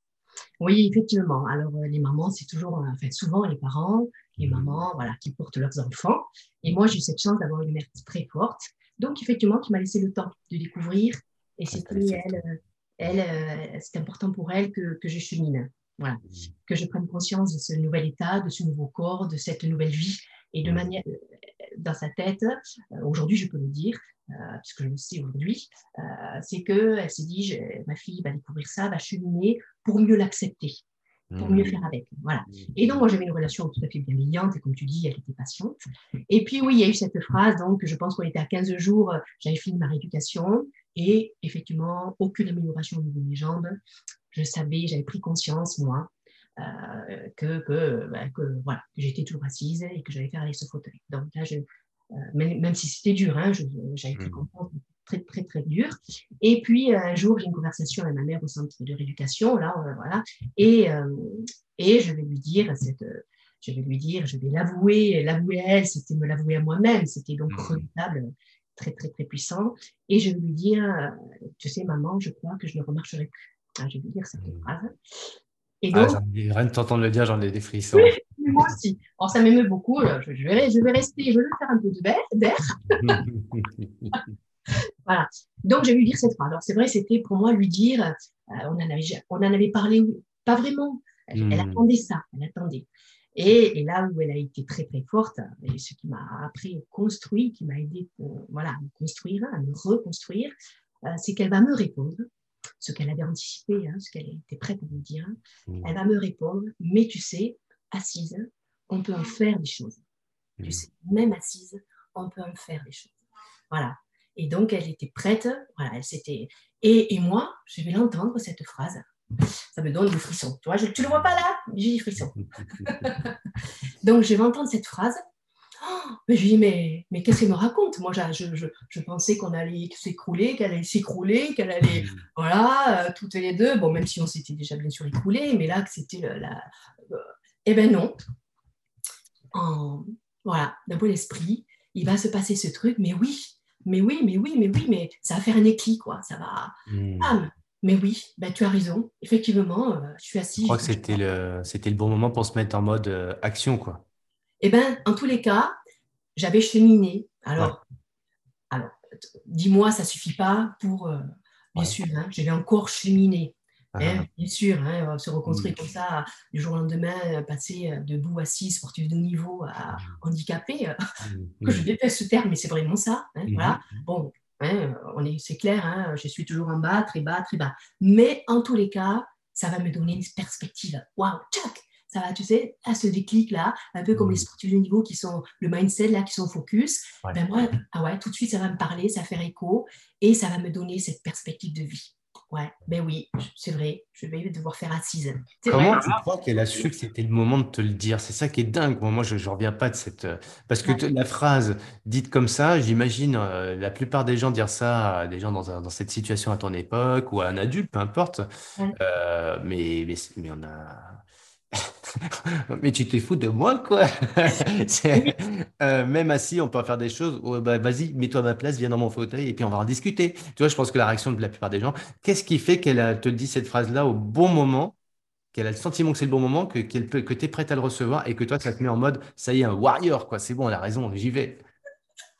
oui, effectivement. Alors, euh, les mamans, c'est toujours, euh, enfin, souvent les parents, les Mhm. mamans, voilà, qui portent leurs enfants. Et moi, j'ai eu cette chance d'avoir une mère très forte. Donc, effectivement, qui m'a laissé le temps de découvrir. Et Ouais, t'as c'était laissé le elle, temps. euh, elle, euh, c'était important pour elle que, que je chemine. Voilà. Mhm. Que je prenne conscience de ce nouvel état, de ce nouveau corps, de cette nouvelle vie. Et de Mhm. manière, dans sa tête, euh, aujourd'hui, je peux le dire, euh, puisque je le sais aujourd'hui, euh, c'est qu'elle s'est dit, je, ma fille va découvrir ça, va cheminer pour mieux l'accepter, pour mieux faire Mhm. avec. Voilà. Et donc, Mhm. moi, j'avais une relation tout à fait bienveillante, et comme tu dis, elle était patiente. Et puis, oui, il y a eu cette phrase, donc, je pense qu'on était à quinze jours, j'avais fini ma rééducation, et effectivement, aucune amélioration au niveau de mes jambes. Je savais, j'avais pris conscience, moi, euh, que, que, bah, que, voilà, que j'étais toujours assise et que j'allais faire aller ce fauteuil. Donc là, je, euh, même, même, si c'était dur, hein, j'avais pris Mhm. conscience, très, très, très dur. Et puis, euh, un jour, j'ai une conversation avec ma mère au centre de rééducation, là, euh, voilà, et, euh, et je vais lui dire, cette, je vais lui dire, je vais l'avouer, l'avouer à elle, c'était me l'avouer à moi-même, c'était donc Mhm. redoutable, très, très, très puissant. Et je vais lui dire, euh, tu sais, maman, je crois que je ne remarcherai plus. Ah, je vais lui dire cette Mhm. phrase. Et Ah, donc, j'en ai, rien de t'entendre le dire, j'en ai des frissons. moi aussi. Alors, ça m'émeut beaucoup. Je, je, vais, je vais rester, je vais faire un peu d'air. Voilà. Donc, j'ai lui dire cette phrase. Alors, c'est vrai, c'était pour moi lui dire, euh, on, en avait, on en avait parlé, pas vraiment. Elle, elle Mhm. attendait ça, elle attendait. Et, et, là où elle a été très, très forte, et ce qui m'a appris, construit, qui m'a aidé euh, voilà, à me construire, à me reconstruire, euh, c'est qu'elle va me répondre, ce qu'elle avait anticipé, hein, ce qu'elle était prête à me dire. Elle va me répondre, mais tu sais, assise, on peut en faire des choses. Tu Mhm. sais, même assise, on peut en faire des choses. Voilà. Et donc, elle était prête. Voilà, elle s'était. Et, et moi, je vais l'entendre, cette phrase. Ça me donne des frissons. Tu vois, je, tu le vois pas là, mais j'ai des frissons. Donc, je vais entendre cette phrase. Oh, mais je lui dis, mais, mais qu'est-ce qu'elle me raconte? Moi, je, je, je pensais qu'on allait s'écrouler, qu'elle allait s'écrouler, qu'elle allait. Mhm. Voilà, euh, toutes les deux. Bon, même si on s'était déjà bien sûr écroulé, mais là, que c'était la. Euh, eh ben non. En, voilà, d'un bon esprit, il va se passer ce truc, mais oui, mais oui, mais oui, mais oui, mais ça va faire un éclic, quoi. Ça va. Mhm. Bam. Mais oui, ben, tu as raison. Effectivement, euh, je suis Je assis, crois j'ai que touché. c'était le, c'était le bon moment pour se mettre en mode euh, action, quoi. Eh bien, en tous les cas, j'avais cheminé. Ouais, Alors, alors dix mois, ça ne suffit pas pour, euh, bien ouais. sûr, hein, j'avais encore cheminé. Ah, Hein, bien sûr, hein, se reconstruire mhm. comme ça, du jour au lendemain, passer debout, assis, sportif de haut niveau, à handicapé, que je Mhm. déteste ce terme, mais c'est vraiment ça. Hein, voilà. Mhm. Bon, hein, on est, c'est clair, hein, je suis toujours en bas, très bas, très bas. Mais en tous les cas, ça va me donner une perspective. Waouh, tchac, ça va, tu sais, à ce déclic-là, un peu comme les Mhm. sportifs de niveau qui sont, le mindset là, qui sont focus. Ouais. Ben moi, ah ouais, tout de suite, ça va me parler, ça va faire écho et ça va me donner cette perspective de vie. Ouais, ben oui, c'est vrai, je vais devoir faire assise. C'est vrai. Comment tu crois qu'elle a su que c'était le moment de te le dire? C'est ça qui est dingue. Moi, moi, je ne reviens pas de cette... euh, Parce que Ouais, te- la phrase dite comme ça, j'imagine euh, la plupart des gens dire ça à des gens dans, un- dans cette situation à ton époque ou à un adulte, peu importe. ouais. Euh, mais, mais, mais on a... Mais tu te fous de moi, quoi. Oui, C'est- euh, même assis, on peut faire des choses. Ouais, bah, vas-y, mets-toi à ma place, viens dans mon fauteuil et puis on va en discuter. Tu vois, je pense que la réaction de la plupart des gens, qu'est-ce qui fait qu'elle a- te dit cette phrase-là au bon moment, qu'elle a le sentiment que c'est le bon moment, que, qu'elle peut, que tu es prête à le recevoir et que toi, ça te met en mode, ça y est, un warrior, quoi. C'est bon, elle a raison, j'y vais.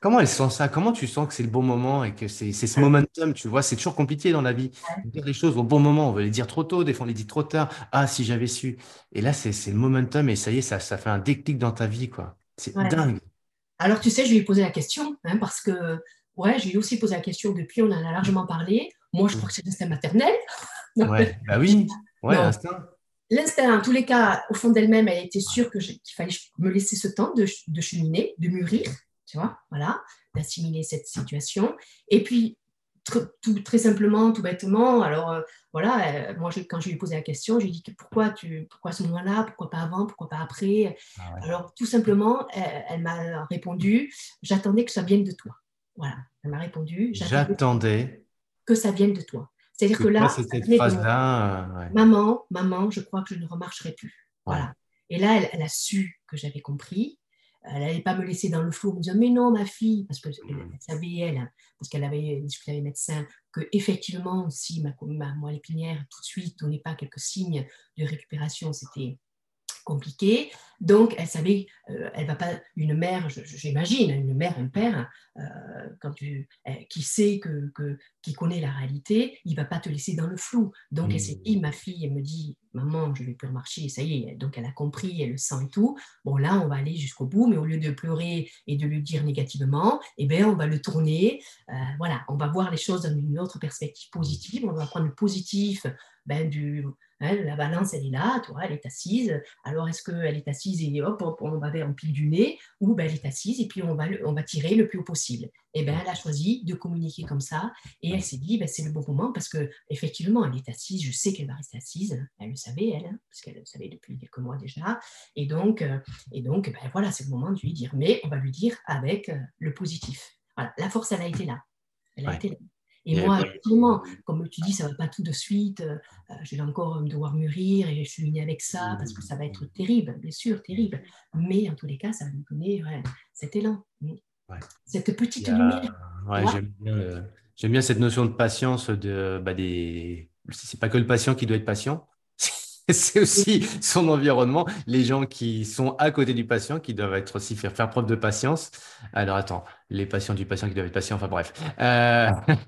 Comment elle sent ça? Comment tu sens que c'est le bon moment et que c'est c'est ce momentum, tu vois, c'est toujours compliqué dans la vie. Ouais, De dire les choses au bon moment, on veut les dire trop tôt, des fois on les dit trop tard. Ah, si j'avais su. Et là, c'est c'est le momentum et ça y est, ça, ça fait un déclic dans ta vie, quoi. C'est ouais. dingue. Alors, tu sais, je lui ai posé la question, hein, parce que, ouais, je lui ai aussi posé la question depuis, on en a largement parlé. Moi, je crois que c'est l'instinct maternel. Non, Ouais, bah oui, ouais, non. l'instinct. L'instinct, en tous les cas, au fond d'elle-même, elle était sûre que je- qu'il fallait me laisser ce temps de, de cheminer, de mûrir, tu vois, voilà, d'assimiler cette situation. Et puis, tr- tout, très simplement, tout bêtement, alors, euh, voilà, euh, moi, je- quand je lui ai posé la question, je lui ai dit que pourquoi, tu, pourquoi à ce moment-là, pourquoi pas avant, pourquoi pas après. Ah ouais. Alors, tout simplement, elle, elle m'a répondu, j'attendais que ça vienne de toi. Voilà, elle m'a répondu, j'attendais J'attendais que ça vienne de toi. C'est-à-dire que que toi, là, c'est ça cette venait de moi. phrase-là. euh, ouais, Maman, maman, je crois que je ne remarcherai plus. ouais. Voilà. Et là, elle, elle a su que j'avais compris. Elle n'allait pas me laisser dans le flou en me disant, mais non, ma fille, parce qu'elle elle Mm. savait, elle, hein, parce qu'elle avait discuté avec les médecins, que effectivement, si ma, ma moelle épinière tout de suite donnait pas quelques signes de récupération, c'était compliqué. Donc, elle savait, euh, elle va pas, une mère, je- j'imagine, une mère, un père, euh, quand tu, euh, qui sait que, que, qui connaît la réalité, il va pas te laisser dans le flou. Donc, elle s'est dit, Mm. ma fille, elle me dit, maman, je vais plus remarcher, ça y est. Donc, elle a compris, elle le sent et tout. Bon, là, on va aller jusqu'au bout, mais au lieu de pleurer et de le dire négativement, eh bien, on va le tourner. Euh, voilà, on va voir les choses dans une autre perspective positive. On va prendre le positif, ben, du, hein, la balance, elle est là, tu vois, elle est assise. Alors, est-ce qu'elle est assise et hop, hop, on va vers un pile du nez, ou ben, elle est assise et puis on va, on va tirer le plus haut possible. Et ben, elle a choisi de communiquer comme ça et elle s'est dit, ben, c'est le bon moment parce que effectivement, elle est assise, je sais qu'elle va rester assise, elle le savait, elle, hein, parce qu'elle le savait depuis quelques mois déjà. Et donc, euh, et donc ben, voilà, c'est le moment de lui dire, mais on va lui dire avec euh, le positif. Voilà, la force, elle a été là. Elle a Ouais. été là. Et Il y avait moi, pas- effectivement, comme tu dis, ça ne va pas tout de suite. Euh, je vais encore devoir mûrir et je suis née avec ça parce que ça va être terrible, bien sûr, terrible. Mais en tous les cas, ça va me donner ouais, cet élan, Ouais. cette Il petite y lumière. a- Tu ouais, vois. j'aime bien, euh, j'aime bien cette notion de patience de, bah, des, c'est pas que le patient qui doit être patient, c'est aussi son environnement, les gens qui sont à côté du patient qui doivent être aussi faire, faire preuve de patience. Alors attends, les patients du patient qui doivent être patients, enfin bref. Euh,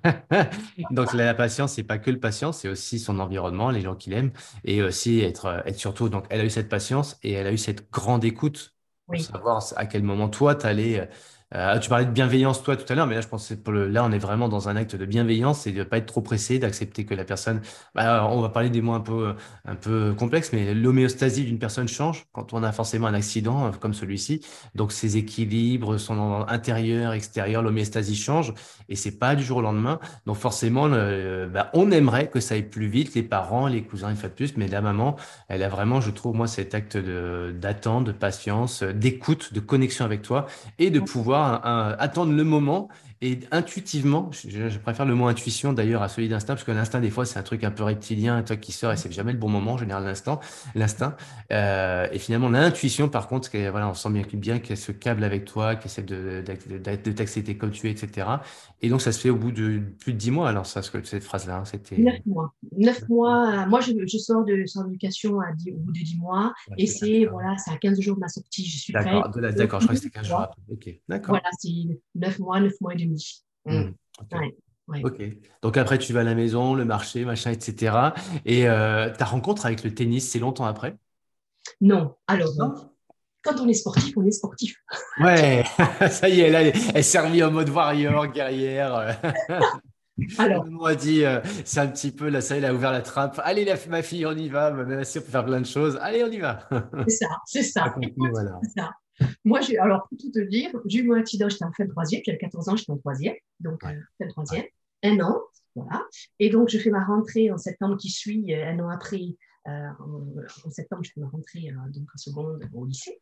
Donc la patience, c'est pas que le patient, c'est aussi son environnement, les gens qui l'aiment, et aussi être, être surtout, donc elle a eu cette patience et elle a eu cette grande écoute pour Oui, savoir à quel moment toi, tu allais euh, tu parlais de bienveillance, toi, tout à l'heure, mais là, je pense que c'est pour le... là, on est vraiment dans un acte de bienveillance et de ne pas être trop pressé, d'accepter que la personne. Bah, on va parler des mots un peu, un peu complexes, mais l'homéostasie d'une personne change quand on a forcément un accident euh, comme celui-ci. Donc, ses équilibres, son en- intérieur, extérieur, l'homéostasie change et c'est pas du jour au lendemain. Donc, forcément, le- bah, on aimerait que ça aille plus vite, les parents, les cousins, une fois de plus, mais la maman, elle a vraiment, je trouve, moi, cet acte de d'attente, de patience, euh, d'écoute, de connexion avec toi et de pouvoir euh, attendre le moment et intuitivement, je, je préfère le mot intuition d'ailleurs à celui d'instinct, parce que l'instinct, des fois, c'est un truc un peu reptilien, un truc qui sort et c'est jamais le bon moment, en général, l'instant, l'instinct. Euh, et finalement, l'intuition, par contre, qu'elle- voilà, on sent bien, bien qu'elle se câble avec toi, qu'elle essaie de, de, de, de t'accepter comme tu es, et cetera. Et donc, ça se fait au bout de plus de dix mois, alors, ça, ce- cette phrase-là, hein, neuf c'était. mois. Neuf mois. Moi, je, je sors de sans éducation à dix- au bout de dix mois Ouais, et c'est ça. c'est voilà, c'est à quinze jours de ma sortie. Je suis prête. D'accord, de la- d'accord, je crois que c'était quinze jours après. Ok, Voilà, d'accord. c'est neuf mois, neuf mois et demi. Mm. Hmm, ok. Ouais, ouais. Ok. Donc après, tu vas à la maison, le marché, machin, et cetera. Et euh, ta rencontre avec le tennis, c'est longtemps après? Non. Alors, euh, Non. quand on est sportif, on est sportif. Ouais, ça y est, là, elle elle s'est remise en mode warrior, guerrière. Alors, Maman a dit, euh, c'est un petit peu, là, ça y est, elle a ouvert la trappe. Allez, la, ma fille, on y va. Même si on peut faire plein de choses. Allez, on y va. c'est ça, c'est ça. Raconte-nous, Écoute, voilà. c'est ça. Moi, j'ai, alors, pour tout te dire, j'ai eu mon accident, j'étais en fin de troisième, j'avais quatorze ans, j'étais en troisième, donc Ouais, euh, fin de ouais. troisième, un an, voilà. Et donc, je fais ma rentrée en septembre qui suit, euh, un an après, euh, en, en septembre, je fais ma rentrée euh, donc en seconde au lycée.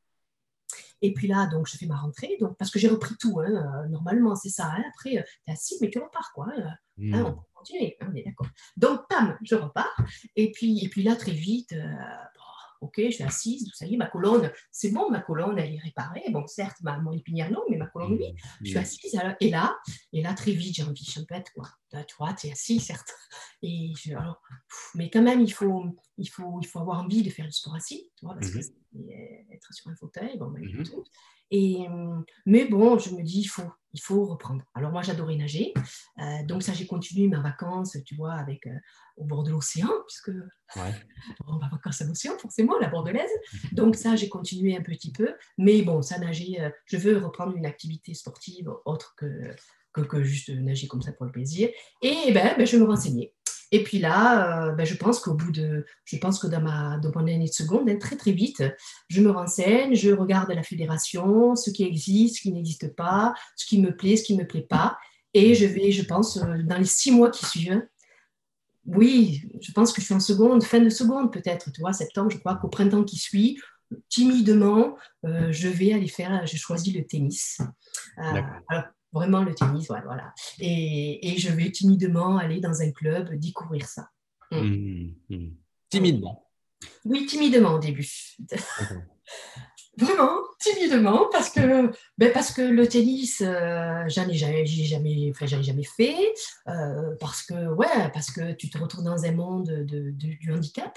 Et puis là, donc, je fais ma rentrée, donc, parce que j'ai repris tout, hein, euh, normalement, c'est ça. Hein, après, euh, t'es assis, mais tu repars, quoi. Hein, hein, on Hmm. peut continuer, hein, on est d'accord. Donc, pam, je repars. Et puis, et puis là, très vite, euh, bon, ok, je suis assise, ça y est, ma colonne, c'est bon, ma colonne, elle est réparée. Bon, certes, ma, mon épinière, non, mais ma colonne, oui. Hmm. Je suis Hmm. assise, alors, et là, et là, très vite, j'ai envie de champêtre, quoi. Là, tu vois, tu es assis, certes. Et je, alors, pff, mais quand même, il faut, il faut, il faut avoir envie de faire du sport assis, tu vois, parce que Mhm. c'est être sur un fauteuil, bon, malgré Mhm. tout. Et, euh, mais bon, je me dis, il faut, il faut reprendre. Alors moi, j'adorais nager. Euh, donc ça, j'ai continué ma vacances, tu vois, avec, euh, au bord de l'océan, puisque Ouais. on va en vacances à l'océan, forcément, la bordelaise. Donc ça, j'ai continué un petit peu. Mais bon, ça, nager, euh, je veux reprendre une activité sportive autre que, que, que juste nager comme ça pour le plaisir. Et ben, ben je vais me renseigner. Et puis là, euh, ben, je pense qu'au bout de, je pense que dans ma, dans mon année de seconde, hein, très très vite, je me renseigne, je regarde la fédération, ce qui existe, ce qui n'existe pas, ce qui me plaît, ce qui ne me plaît pas. Et je vais, je pense, euh, dans les six mois qui suivent, oui, je pense que je suis en seconde, fin de seconde peut-être, tu vois, septembre, je crois qu'au printemps qui suit, timidement, euh, je vais aller faire, je choisis le tennis. Euh, D'accord. alors, vraiment le tennis, ouais, voilà. Et, et, je vais timidement aller dans un club découvrir ça. Mm. Mhm. Mhm. Mm. Timidement. Oui, timidement au début. D'accord. Vraiment, timidement, parce que, ben parce que le tennis, euh, j'en ai jamais, j'ai jamais, enfin, j'en ai jamais fait, euh, parce que, ouais, parce que tu te retrouves dans un monde de, de, du handicap.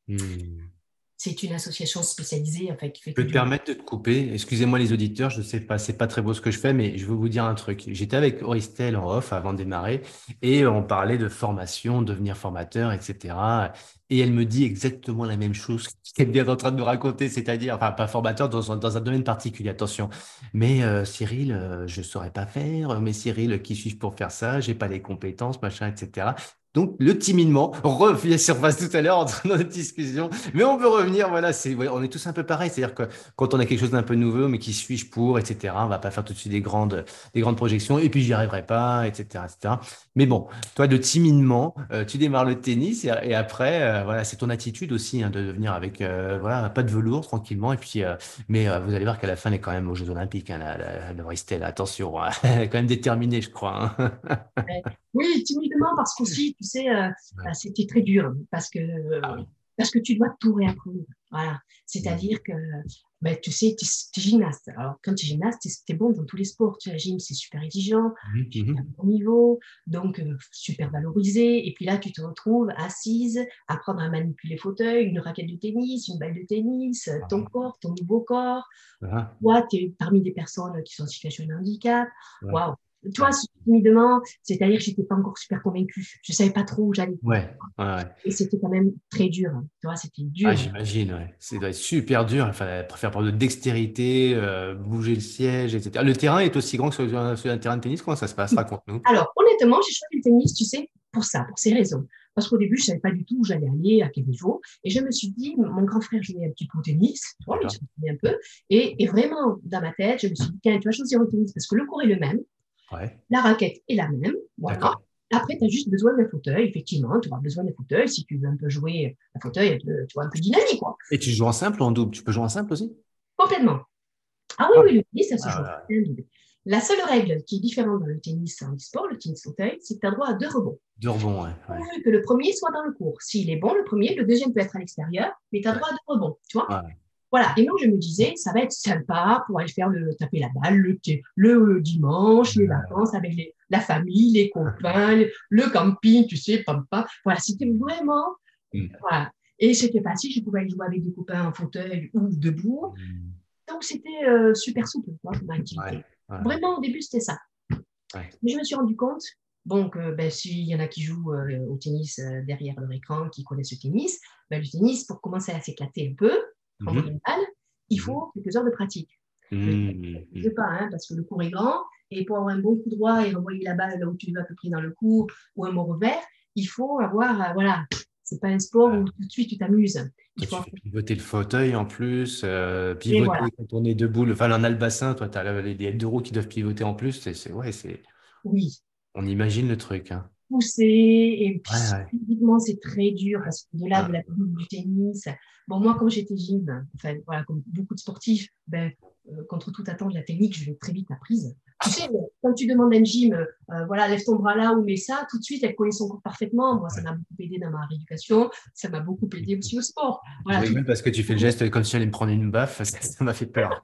Mhm. C'est une association spécialisée, enfin, qui fait Je que peux te du... permettre de te couper. Excusez-moi les auditeurs, je ne sais pas, c'est pas très beau ce que je fais, mais je veux vous dire un truc. J'étais avec Auristel en off avant de démarrer et on parlait de formation, devenir formateur, et cetera. Et elle me dit exactement la même chose qu'elle est en train de me raconter, c'est-à-dire, enfin, pas formateur dans un, dans un domaine particulier, attention. Mais euh, Cyril, euh, je ne saurais pas faire. Mais Cyril, qui suis-je pour faire ça? J'ai pas les compétences, machin, et cetera. Donc, le timidement revient surface tout à l'heure entre notre discussion. Mais on peut revenir, voilà, c'est, ouais, on est tous un peu pareil. C'est-à-dire que quand on a quelque chose d'un peu nouveau, mais qui suis-je pour, et cetera, on va pas faire tout de suite des grandes, des grandes projections, et puis j'y arriverai pas, et cetera, et cetera. Mais bon, toi, de timidement, euh, tu démarres le tennis, et, et après, euh, voilà, c'est ton attitude aussi, hein, de venir avec, euh, voilà, pas de velours, tranquillement, et puis, euh, mais euh, vous allez voir qu'à la fin, elle est quand même aux Jeux Olympiques, hein, la, la, la Estelle, attention, hein, elle est quand même déterminée, je crois, hein. Ouais. Oui, timidement, parce qu'aussi, tu sais, euh, Ouais. bah, c'était très dur, parce que, Ah euh, oui. parce que tu dois tout réapprendre. Voilà. Mhm. C'est-à-dire que, bah, tu sais, tu es gymnaste. Alors, quand tu es gymnaste, tu es bon dans tous les sports. Tu sais, la gym, c'est super exigeant, Mhm. tu as un Mhm. bon niveau, donc euh, super valorisé. Et puis là, tu te retrouves assise, apprendre à manipuler le fauteuil, une raquette de tennis, une balle de tennis, euh, ton Ah, corps, ton nouveau corps. ah, Toi, tu es parmi des personnes qui sont en situation de handicap. ouais, Waouh! Toi, ouais, timidement, c'est-à-dire que je n'étais pas encore super convaincue. Je ne savais pas trop où j'allais, quoi. ouais, ouais, ouais. Et c'était quand même très dur, hein. Tu vois, c'était Ah, dur, hein. j'imagine, ouais. Ça doit être super dur. Enfin, elle préfère prendre de dextérité, euh, bouger le siège, et cetera. Le terrain est aussi grand que sur un, sur un terrain de tennis. Comment ça se passe? Raconte-nous. Alors, honnêtement, j'ai choisi le tennis, tu sais, pour ça, pour ces raisons. Parce qu'au début, je ne savais pas du tout où j'allais aller, à quel niveau. Et je me suis dit, mon grand frère jouait un petit peu au tennis, tu vois, il se D'accord. connaît un peu. Et, et vraiment, dans ma tête, je me suis dit, tiens, tu vas choisir le tennis parce que le cours est le même. Ouais. La raquette est la même, voilà. D'accord. Après, tu as juste besoin d'un fauteuil. Effectivement, tu auras besoin d'un fauteuil si tu veux un peu jouer un fauteuil, un peu, tu vois, un peu dynamique, quoi. Et tu joues en simple ou en double? Tu peux jouer en simple aussi? Complètement. Ah oui, Ah, oui, le tennis, ça se ah, joue ouais, ouais. bien double. La seule règle qui est différente dans le tennis en e-sport, le tennis fauteuil, c'est que tu as droit à deux rebonds. Deux rebonds, ouais, ouais, Pourvu que le premier soit dans le cours. S'il est bon, le premier, le deuxième peut être à l'extérieur, mais tu as ouais, droit à deux rebonds, tu vois. ouais, Voilà. Et moi, je me disais, ça va être sympa pour aller faire le, taper la balle le, le dimanche, les ouais. vacances avec les, la famille, les copains, le, le camping, tu sais, pampa. Voilà, c'était vraiment, Mm. voilà. Et c'était facile, je pouvais aller jouer avec des copains en fauteuil ou debout. Mm. Donc, c'était euh, super souple, quoi, comme Ouais, activité. ouais, Vraiment, au début, c'était ça. ouais. Mais je me suis rendu compte, bon, que ben, s'il y en a qui jouent euh, au tennis euh, derrière leur écran, qui connaissent le tennis, ben, le tennis, pour commencer à s'éclater un peu, envoyer Mhm. une balle, il Mhm. faut quelques heures de pratique. Le tennis, ça Mm. ne suffit pas, hein, parce que le cours est grand, et pour avoir un bon coup droit et renvoyer la balle là où tu veux à peu près dans le cours, ou un bon revers, il faut avoir, euh, voilà, c'est pas un sport où Mm. tout de suite tu t'amuses. Il Toi, faut tu fais pivoter le fauteuil en plus, euh, et voilà, pivoter quand on est debout. Le, enfin, on a le bassin, toi, tu as les, les aides de roue qui doivent pivoter en plus. C'est, c'est- ouais, c'est, oui, on imagine le truc, hein. poussé, et Ouais, puis ouais. physiquement, c'est très dur parce que de là, de Ouais. la boule du tennis. Bon, moi, quand j'étais gym, enfin, voilà, comme beaucoup de sportifs, ben, euh, contre toute attente, la technique, je vais très vite à prise. Tu sais, quand tu demandes à un gym, euh, voilà, lève ton bras là ou mets ça, tout de suite, elle connaît son corps parfaitement. Moi, ça Ouais. m'a beaucoup aidé dans ma rééducation, ça m'a beaucoup aidé aussi au sport. Je Voilà, tout. rigole parce que tu fais le geste comme si j'allais me prendre une baffe. Ça, ça m'a fait peur.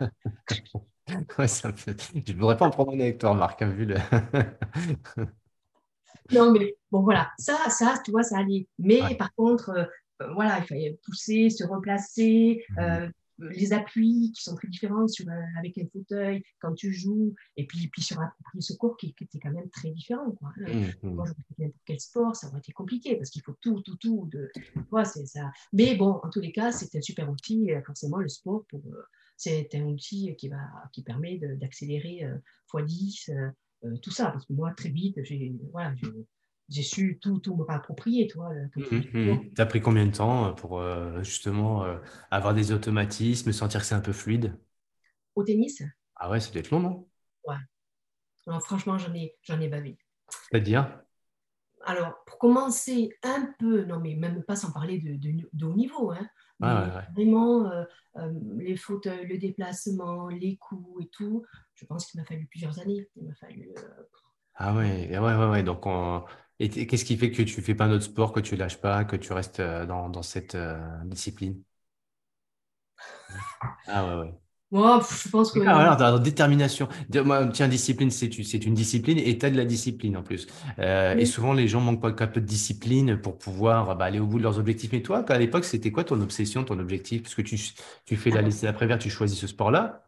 Ouais, ça me fait... Je ne voudrais pas en prendre une avec toi, Marc, hein, vu le... Non, mais bon, voilà, ça, ça, tu vois, ça allait. Mais Ouais. par contre, euh, euh, voilà, il fallait pousser, se replacer, Mhm. euh, les appuis qui sont très différents sur, euh, avec un fauteuil quand tu joues, et puis, puis sur approprier ce cours qui, qui était quand même très différent, quoi. Hein. Moi, Mhm. j'aurais fait n'importe quel sport, ça aurait été compliqué parce qu'il faut tout, tout, tout. De... Ouais, c'est ça. Mais bon, en tous les cas, c'est un super outil, euh, forcément, le sport, pour, euh, c'est un outil qui, va, qui permet de, d'accélérer euh, fois dix, euh, euh, tout ça. Parce que moi, très vite, j'ai voilà, j'ai, j'ai su tout, tout me réapproprier, toi, quand tu fais Mhm. du sport. Mhm. T'as pris combien de temps euh, pour euh, justement euh, avoir des automatismes, sentir que c'est un peu fluide? Au tennis, Ah ouais, ça doit être long, non? ouais. Alors, franchement, j'en ai, j'en ai bavé. C'est-à-dire? Alors, pour commencer un peu, non, mais même pas sans parler de, de, de haut niveau, hein, Ouais, ouais, mais ouais. vraiment, euh, euh, les fauteuils, le déplacement, les coups et tout, je pense qu'il m'a fallu plusieurs années. Il m'a fallu. Ah euh, ouais, ouais, ouais, ouais. Donc, on... et t- qu'est-ce qui fait que tu fais pas un autre sport, que tu lâches pas, que tu restes euh, dans, dans cette euh, discipline? Ah ouais, ouais. moi, pff, je pense que. Ah, voilà, dans, dans détermination. De- moi, tiens, discipline, c'est tu- c'est une discipline et tu as de la discipline en plus. Euh, et Oui. souvent, les gens manquent pas un peu de discipline pour pouvoir bah, aller au bout de leurs objectifs. Mais toi, à l'époque, c'était quoi ton obsession, ton objectif? Parce que tu, tu fais la Alors, liste après-vert, tu choisis ce sport-là.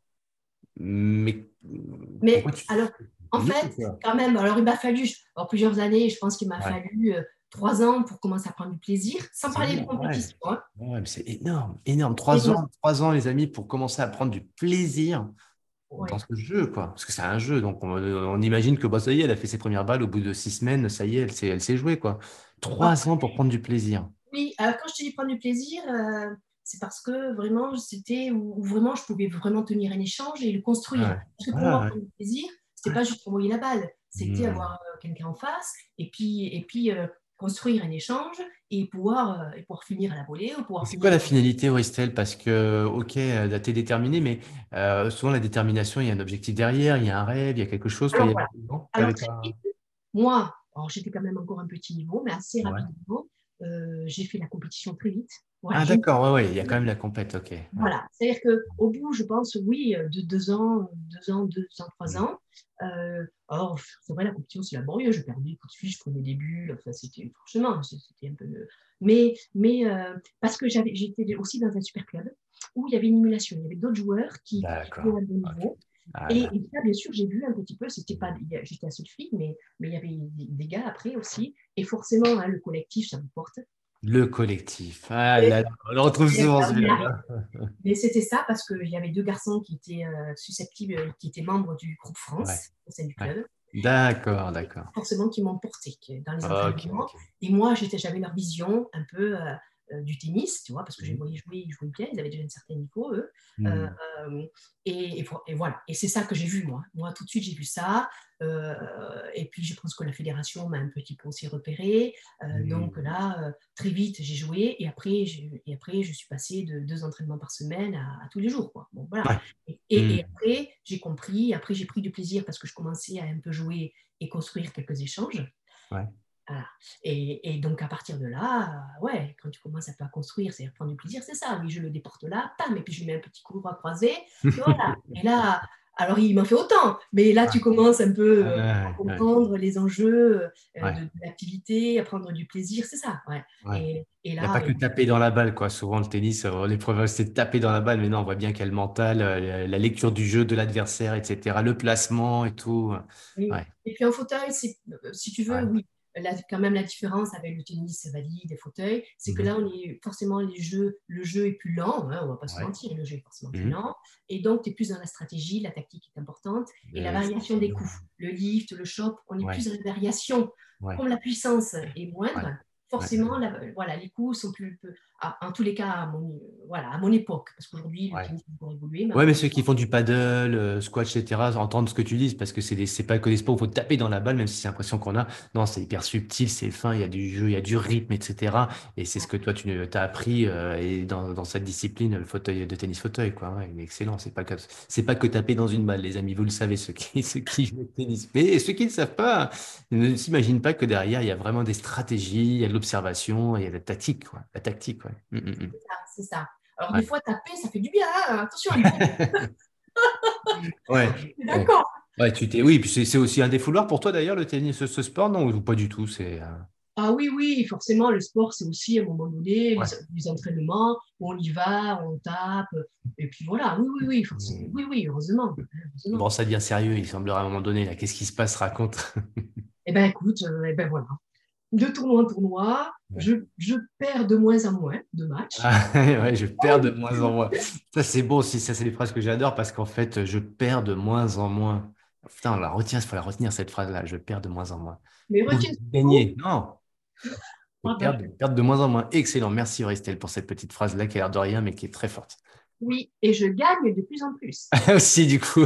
Mais pourquoi mais tu... alors, en Non, fait, quoi. quand même, alors il m'a fallu alors, plusieurs années, je pense qu'il m'a Ouais. fallu euh, trois ans pour commencer à prendre du plaisir, sans C'est parler de énorme, ouais. compétition. Hein. Ouais, mais c'est énorme, énorme. Et Trois non, ans, trois ans, les amis, pour commencer à prendre du plaisir dans ouais. ce jeu, quoi. Parce que c'est un jeu, donc on, on imagine que bah, ça y est, elle a fait ses premières balles, au bout de six semaines, ça y est, elle s'est, elle s'est jouée, quoi. Alors, Trois ans pour prendre du plaisir. oui, alors quand je te dis prendre du plaisir, euh, c'est parce que vraiment, c'était où, où vraiment je pouvais vraiment tenir un échange et le construire. Ouais. Parce que pour Voilà, moi, ouais. prendre du plaisir, c'était Ouais. pas juste envoyer la balle, c'était Hmm. avoir euh, quelqu'un en face et puis, et puis euh, construire un échange et pouvoir, euh, et pouvoir finir à la volée ou Et pouvoir c'est quoi finir. la finalité, Auristel? Parce que, ok, euh, t'es déterminé, mais euh, souvent la détermination, il y a un objectif derrière, il y a un rêve, il y a quelque chose. Toi, il Alors y a... voilà. Non, Alors t'avais très pas. vite, moi, alors j'étais quand même encore un petit niveau, mais assez Ouais. rapidement, euh, j'ai fait la compétition très vite. Voilà, Ah, j'ai d'accord, ouais, ouais, il y a quand même la compète, ok. Ouais. Voilà, c'est-à-dire qu'au bout, je pense, oui, de deux ans, deux ans, deux ans, trois Hmm. ans. Euh, alors, c'est vrai, la compétition, c'est laborieux. Je perdais coup de fil, je prenais des bulles. Enfin, c'était franchement, c'était un peu. Mais, mais euh, parce que j'avais, j'étais aussi dans un super club où il y avait une émulation. Il y avait d'autres joueurs qui, qui jouaient à D'accord. un bon Ok. niveau. Ah, Et, là. et là, bien sûr, j'ai vu un petit peu, c'était pas, j'étais la seule fille, mais, mais il y avait des, des gars après aussi. Et forcément, hein, le collectif, ça me porte. Le collectif. Ah Et, là là, on le retrouve et souvent on y arrive. celui-là. Mais c'était ça parce qu'il y avait deux garçons qui étaient euh, susceptibles, euh, qui étaient membres du groupe Ouais, France au sein du ouais. club, D'accord, d'accord. forcément qui m'ont porté dans les Ok, entraînements. ok. Et moi, j'étais, j'avais leur vision un peu euh, euh, du tennis, tu vois, parce que je les Mhm. voyais jouer, ils jouaient bien, ils avaient déjà un certain niveau, eux. Euh, Hmm. euh, et, et, et voilà. Et c'est ça que j'ai vu, moi. Moi, tout de suite, j'ai vu ça. Euh, et puis, je pense que la fédération m'a un petit peu aussi repéré. Euh, donc Hmm. là, euh, très vite, j'ai joué. Et après, et après, je suis passée de deux entraînements par semaine à, à tous les jours, quoi. Bon, voilà. Ouais. Et, et, Hmm. et après, j'ai compris. Après, j'ai pris du plaisir parce que je commençais à un peu jouer et construire quelques échanges. Ouais. Voilà. Et, et, donc, à partir de là, euh, ouais, quand tu commences un peu à construire, c'est à prendre du plaisir, c'est ça. Oui, je le déporte là, pam, et puis je lui mets un petit coup droit croisé. Voilà. Et là, alors il m'en fait autant, mais là, tu commences un peu euh, à Ouais, ouais, comprendre les enjeux euh, de, ouais, de l'activité, à prendre du plaisir, c'est ça. Ouais. ouais. Et, et Il n'y a là, pas que et, taper dans la balle, quoi. Souvent, le tennis, euh, l'épreuve, c'est de taper dans la balle, mais non, on voit bien qu'il y a le mental, euh, la lecture du jeu de l'adversaire, et cetera, le placement et tout. oui. Ouais, Et puis en fauteuil, c'est, euh, si tu veux, ouais. oui. Là, quand même, la différence avec le tennis valide et fauteuil, c'est que Mhm. là, on est forcément les jeux, le jeu est plus lent, hein, on va pas se Ouais. mentir, le jeu est forcément plus Mhm. lent, et donc tu es plus dans la stratégie, la tactique est importante, et la variation des Effectivement. coups, le lift, le chop, on est plus Ouais, dans la variation. ouais, Comme la puissance est ouais, moindre, ouais. forcément, la- voilà, les coups sont plus, peu- ah, en tous les cas, à mon, voilà, à mon époque, parce qu'aujourd'hui, le Ouais. tennis a beaucoup évolué, mais à Ouais, mon mais époque, ceux qui font du paddle, euh, squash, et cetera, entendent ce que tu dis, parce que c'est des- c'est pas que des sports où il faut taper dans la balle, même si c'est l'impression qu'on a. Non, c'est hyper subtil, c'est fin, il y a du jeu, il y a du rythme, et cetera. Et c'est ce que toi, tu as appris euh, et dans, dans cette discipline, le fauteuil de tennis fauteuil, quoi. Ouais, mais excellent, c'est pas que, c'est pas que taper dans une balle, les amis, vous le savez, ceux qui, ceux qui jouent au tennis. Mais ceux qui ne savent pas, ne s'imaginent pas que derrière, il y a vraiment des stratégies, il y a de l'observation, il y a de la tactique, quoi. La tactique, ouais. Mm, mm, mm. c'est ça, c'est ça. Alors des Ouais. fois, taper, ça fait du bien, hein, attention, bon, Ouais. Ouais. d'accord. Ouais, tu t'es. Oui, puis c'est c'est aussi un défouloir pour toi d'ailleurs, le tennis, ce, ce sport, non, ou pas du tout, c'est. euh, Ah oui, oui, forcément, le sport, c'est aussi à un moment donné les, Ouais. les entraînements où on y va, on tape, et puis voilà, oui, oui, oui, forcément, Hmm. oui, oui, heureusement, heureusement. Bon, ça devient sérieux, il semblerait à un moment donné. Là, qu'est-ce qui se passe? Raconte. Eh ben écoute, euh, eh ben voilà, de tournoi en tournoi, Ouais. je, je perds de moins en moins de matchs. Ah, ouais, je perds de moins en moins. Ça, c'est beau aussi. Ça, c'est des phrases que j'adore parce qu'en fait, je perds de moins en moins. Putain, on la retient, il faut la retenir, cette phrase-là. Je perds de moins en moins. Mais Vous retiens surtout, gagnez. Non, je ah ben, perds, perdre de moins en moins. Excellent. Merci, Auristel, pour cette petite phrase-là qui a l'air de rien, mais qui est très forte. oui, et je gagne de plus en plus. Aussi, du coup.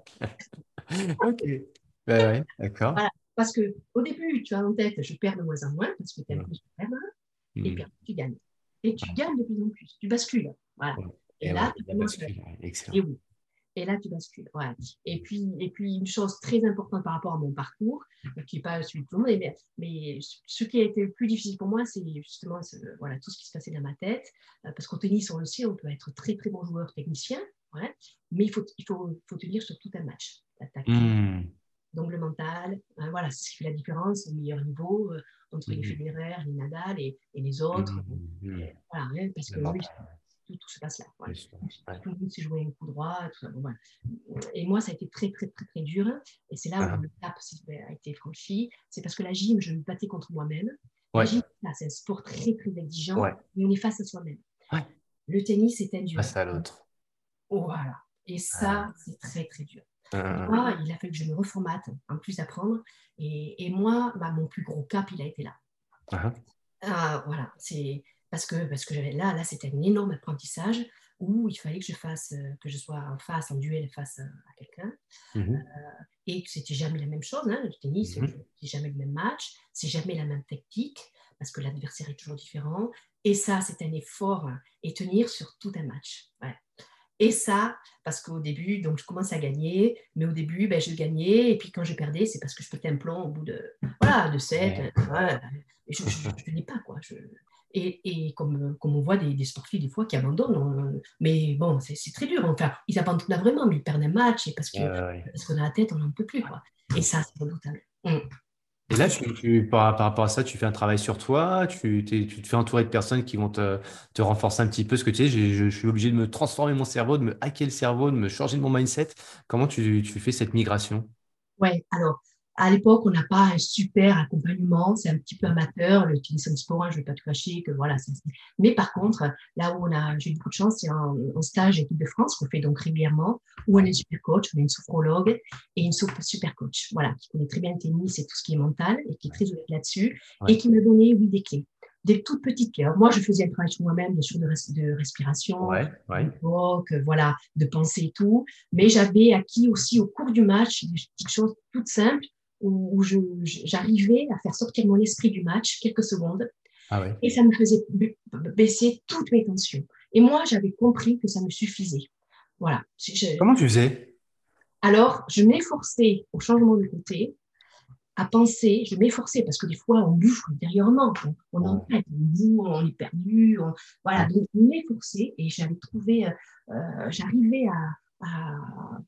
Ok. Ben ouais, d'accord. Voilà, parce que au début, tu as en tête, je perds de moins en moins, parce que tu aimes Ouais. plus perdre, et puis Hmm. après, tu gagnes. Et tu gagnes de plus en plus, tu bascules. Voilà. Ouais. Et Et ouais, là, tu la commences à... bascule. Ouais, excellent. Et oui, et là, tu bascules. Ouais. Et puis, et puis, une chose très importante par rapport à mon parcours, qui n'est pas celui de tout le monde, mais, mais ce qui a été le plus difficile pour moi, c'est justement ce, voilà, tout ce qui se passait dans ma tête. Parce qu'au tennis, on le sait, on peut être très, très bon joueur technicien, ouais, mais il faut, il faut, faut tenir sur tout un match. La tactique, Hmm. donc le mental, hein, voilà, c'est ce qui fait la différence au meilleur niveau euh, entre les Hmm. Federer, les Nadal et, et les autres. Hmm. Hmm. Et, voilà, hein, parce Le que oui, mental. tout, tout se passe là. Voilà. Bien sûr. Ouais. Tout le monde s'est joué un coup droit. Tout ça, bon, voilà. Et moi, ça a été très, très, très, très dur. Et c'est là où Ah. le cap a été franchi. C'est parce que la gym, je me battais contre moi-même. La Ouais. gym, c'est un sport très, très exigeant, Ouais. mais on est face à soi-même. Ouais. Le tennis, c'est dur. Passe à l'autre. Oh, voilà. Et Ah. ça, c'est très, très dur. Ah. Moi, il a fallu que je me reformate, en plus d'apprendre. Et, et moi, bah, mon plus gros cap, il a été là. Ah. Ah, voilà, c'est parce que, parce que j'avais là, là, c'était un énorme apprentissage où il fallait que je fasse, euh, que je sois en face, en duel face à, à quelqu'un, Mhm. et que c'était jamais la même chose. Hein. Le tennis, Mhm. c'est jamais le même match, c'est jamais la même technique parce que l'adversaire est toujours différent. Et ça, c'est un effort hein, et tenir sur tout un match. Ouais. Et ça, parce qu'au début, donc je commence à gagner, mais au début, ben, je gagnais, et puis quand je perdais, c'est parce que je pétais un plomb au bout de, voilà, de sept. Ouais. Ouais, je ne n'ai pas, quoi. Je... Et, et comme, comme on voit des, des sportifs, des fois, qui abandonnent, on... mais bon, c'est très dur. Enfin, ils abandonnent là vraiment, mais ils perdent un match, et parce Ouais, que ouais, ouais. parce qu'on a la tête, on n'en peut plus, quoi. Et ça, c'est redoutable. Mm. Et là, tu, tu- par, par rapport à ça, tu fais un travail sur toi, tu, t'es- tu te fais entourer de personnes qui vont te, te renforcer un petit peu ce que tu sais. Je, je- je suis obligé de me transformer mon cerveau, de me hacker le cerveau, de me changer de mon mindset. Comment tu, tu fais cette migration? Ouais, alors, à l'époque, on n'a pas un super accompagnement, c'est un petit peu amateur, le tennis en sport, hein, je ne vais pas te cacher que voilà. c'est- c'est- Mais par contre, là où on a, j'ai eu beaucoup de chance, c'est un, un stage équipe de France qu'on fait donc régulièrement, où on a Ouais. une super coach, on a une sophrologue et une sup- super coach, voilà, qui connaît très bien le tennis et tout ce qui est mental et qui est très ouverte là-dessus et Ouais. qui m'a donné, oui, des clés. Des toutes petites clés. Alors, moi, je faisais un travail sur moi-même, bien sûr, de, res- de respiration, Ouais. Ouais. d'époque, voilà, de pensée et tout. Mais j'avais acquis aussi au cours du match des petites choses toutes simples où, où je, j'arrivais à faire sortir mon esprit du match quelques secondes Ah ouais. et ça me faisait baisser toutes mes tensions. Et moi, j'avais compris que ça me suffisait. Voilà. Je- Comment tu faisais? alors, je m'efforçais au changement de côté à penser, je m'efforçais parce que des fois, on bouge intérieurement, on, on en Ouais. tête, on bouge, on est perdu, on, voilà, Ouais. donc je m'efforçais et j'avais trouvé, euh, j'arrivais à, à,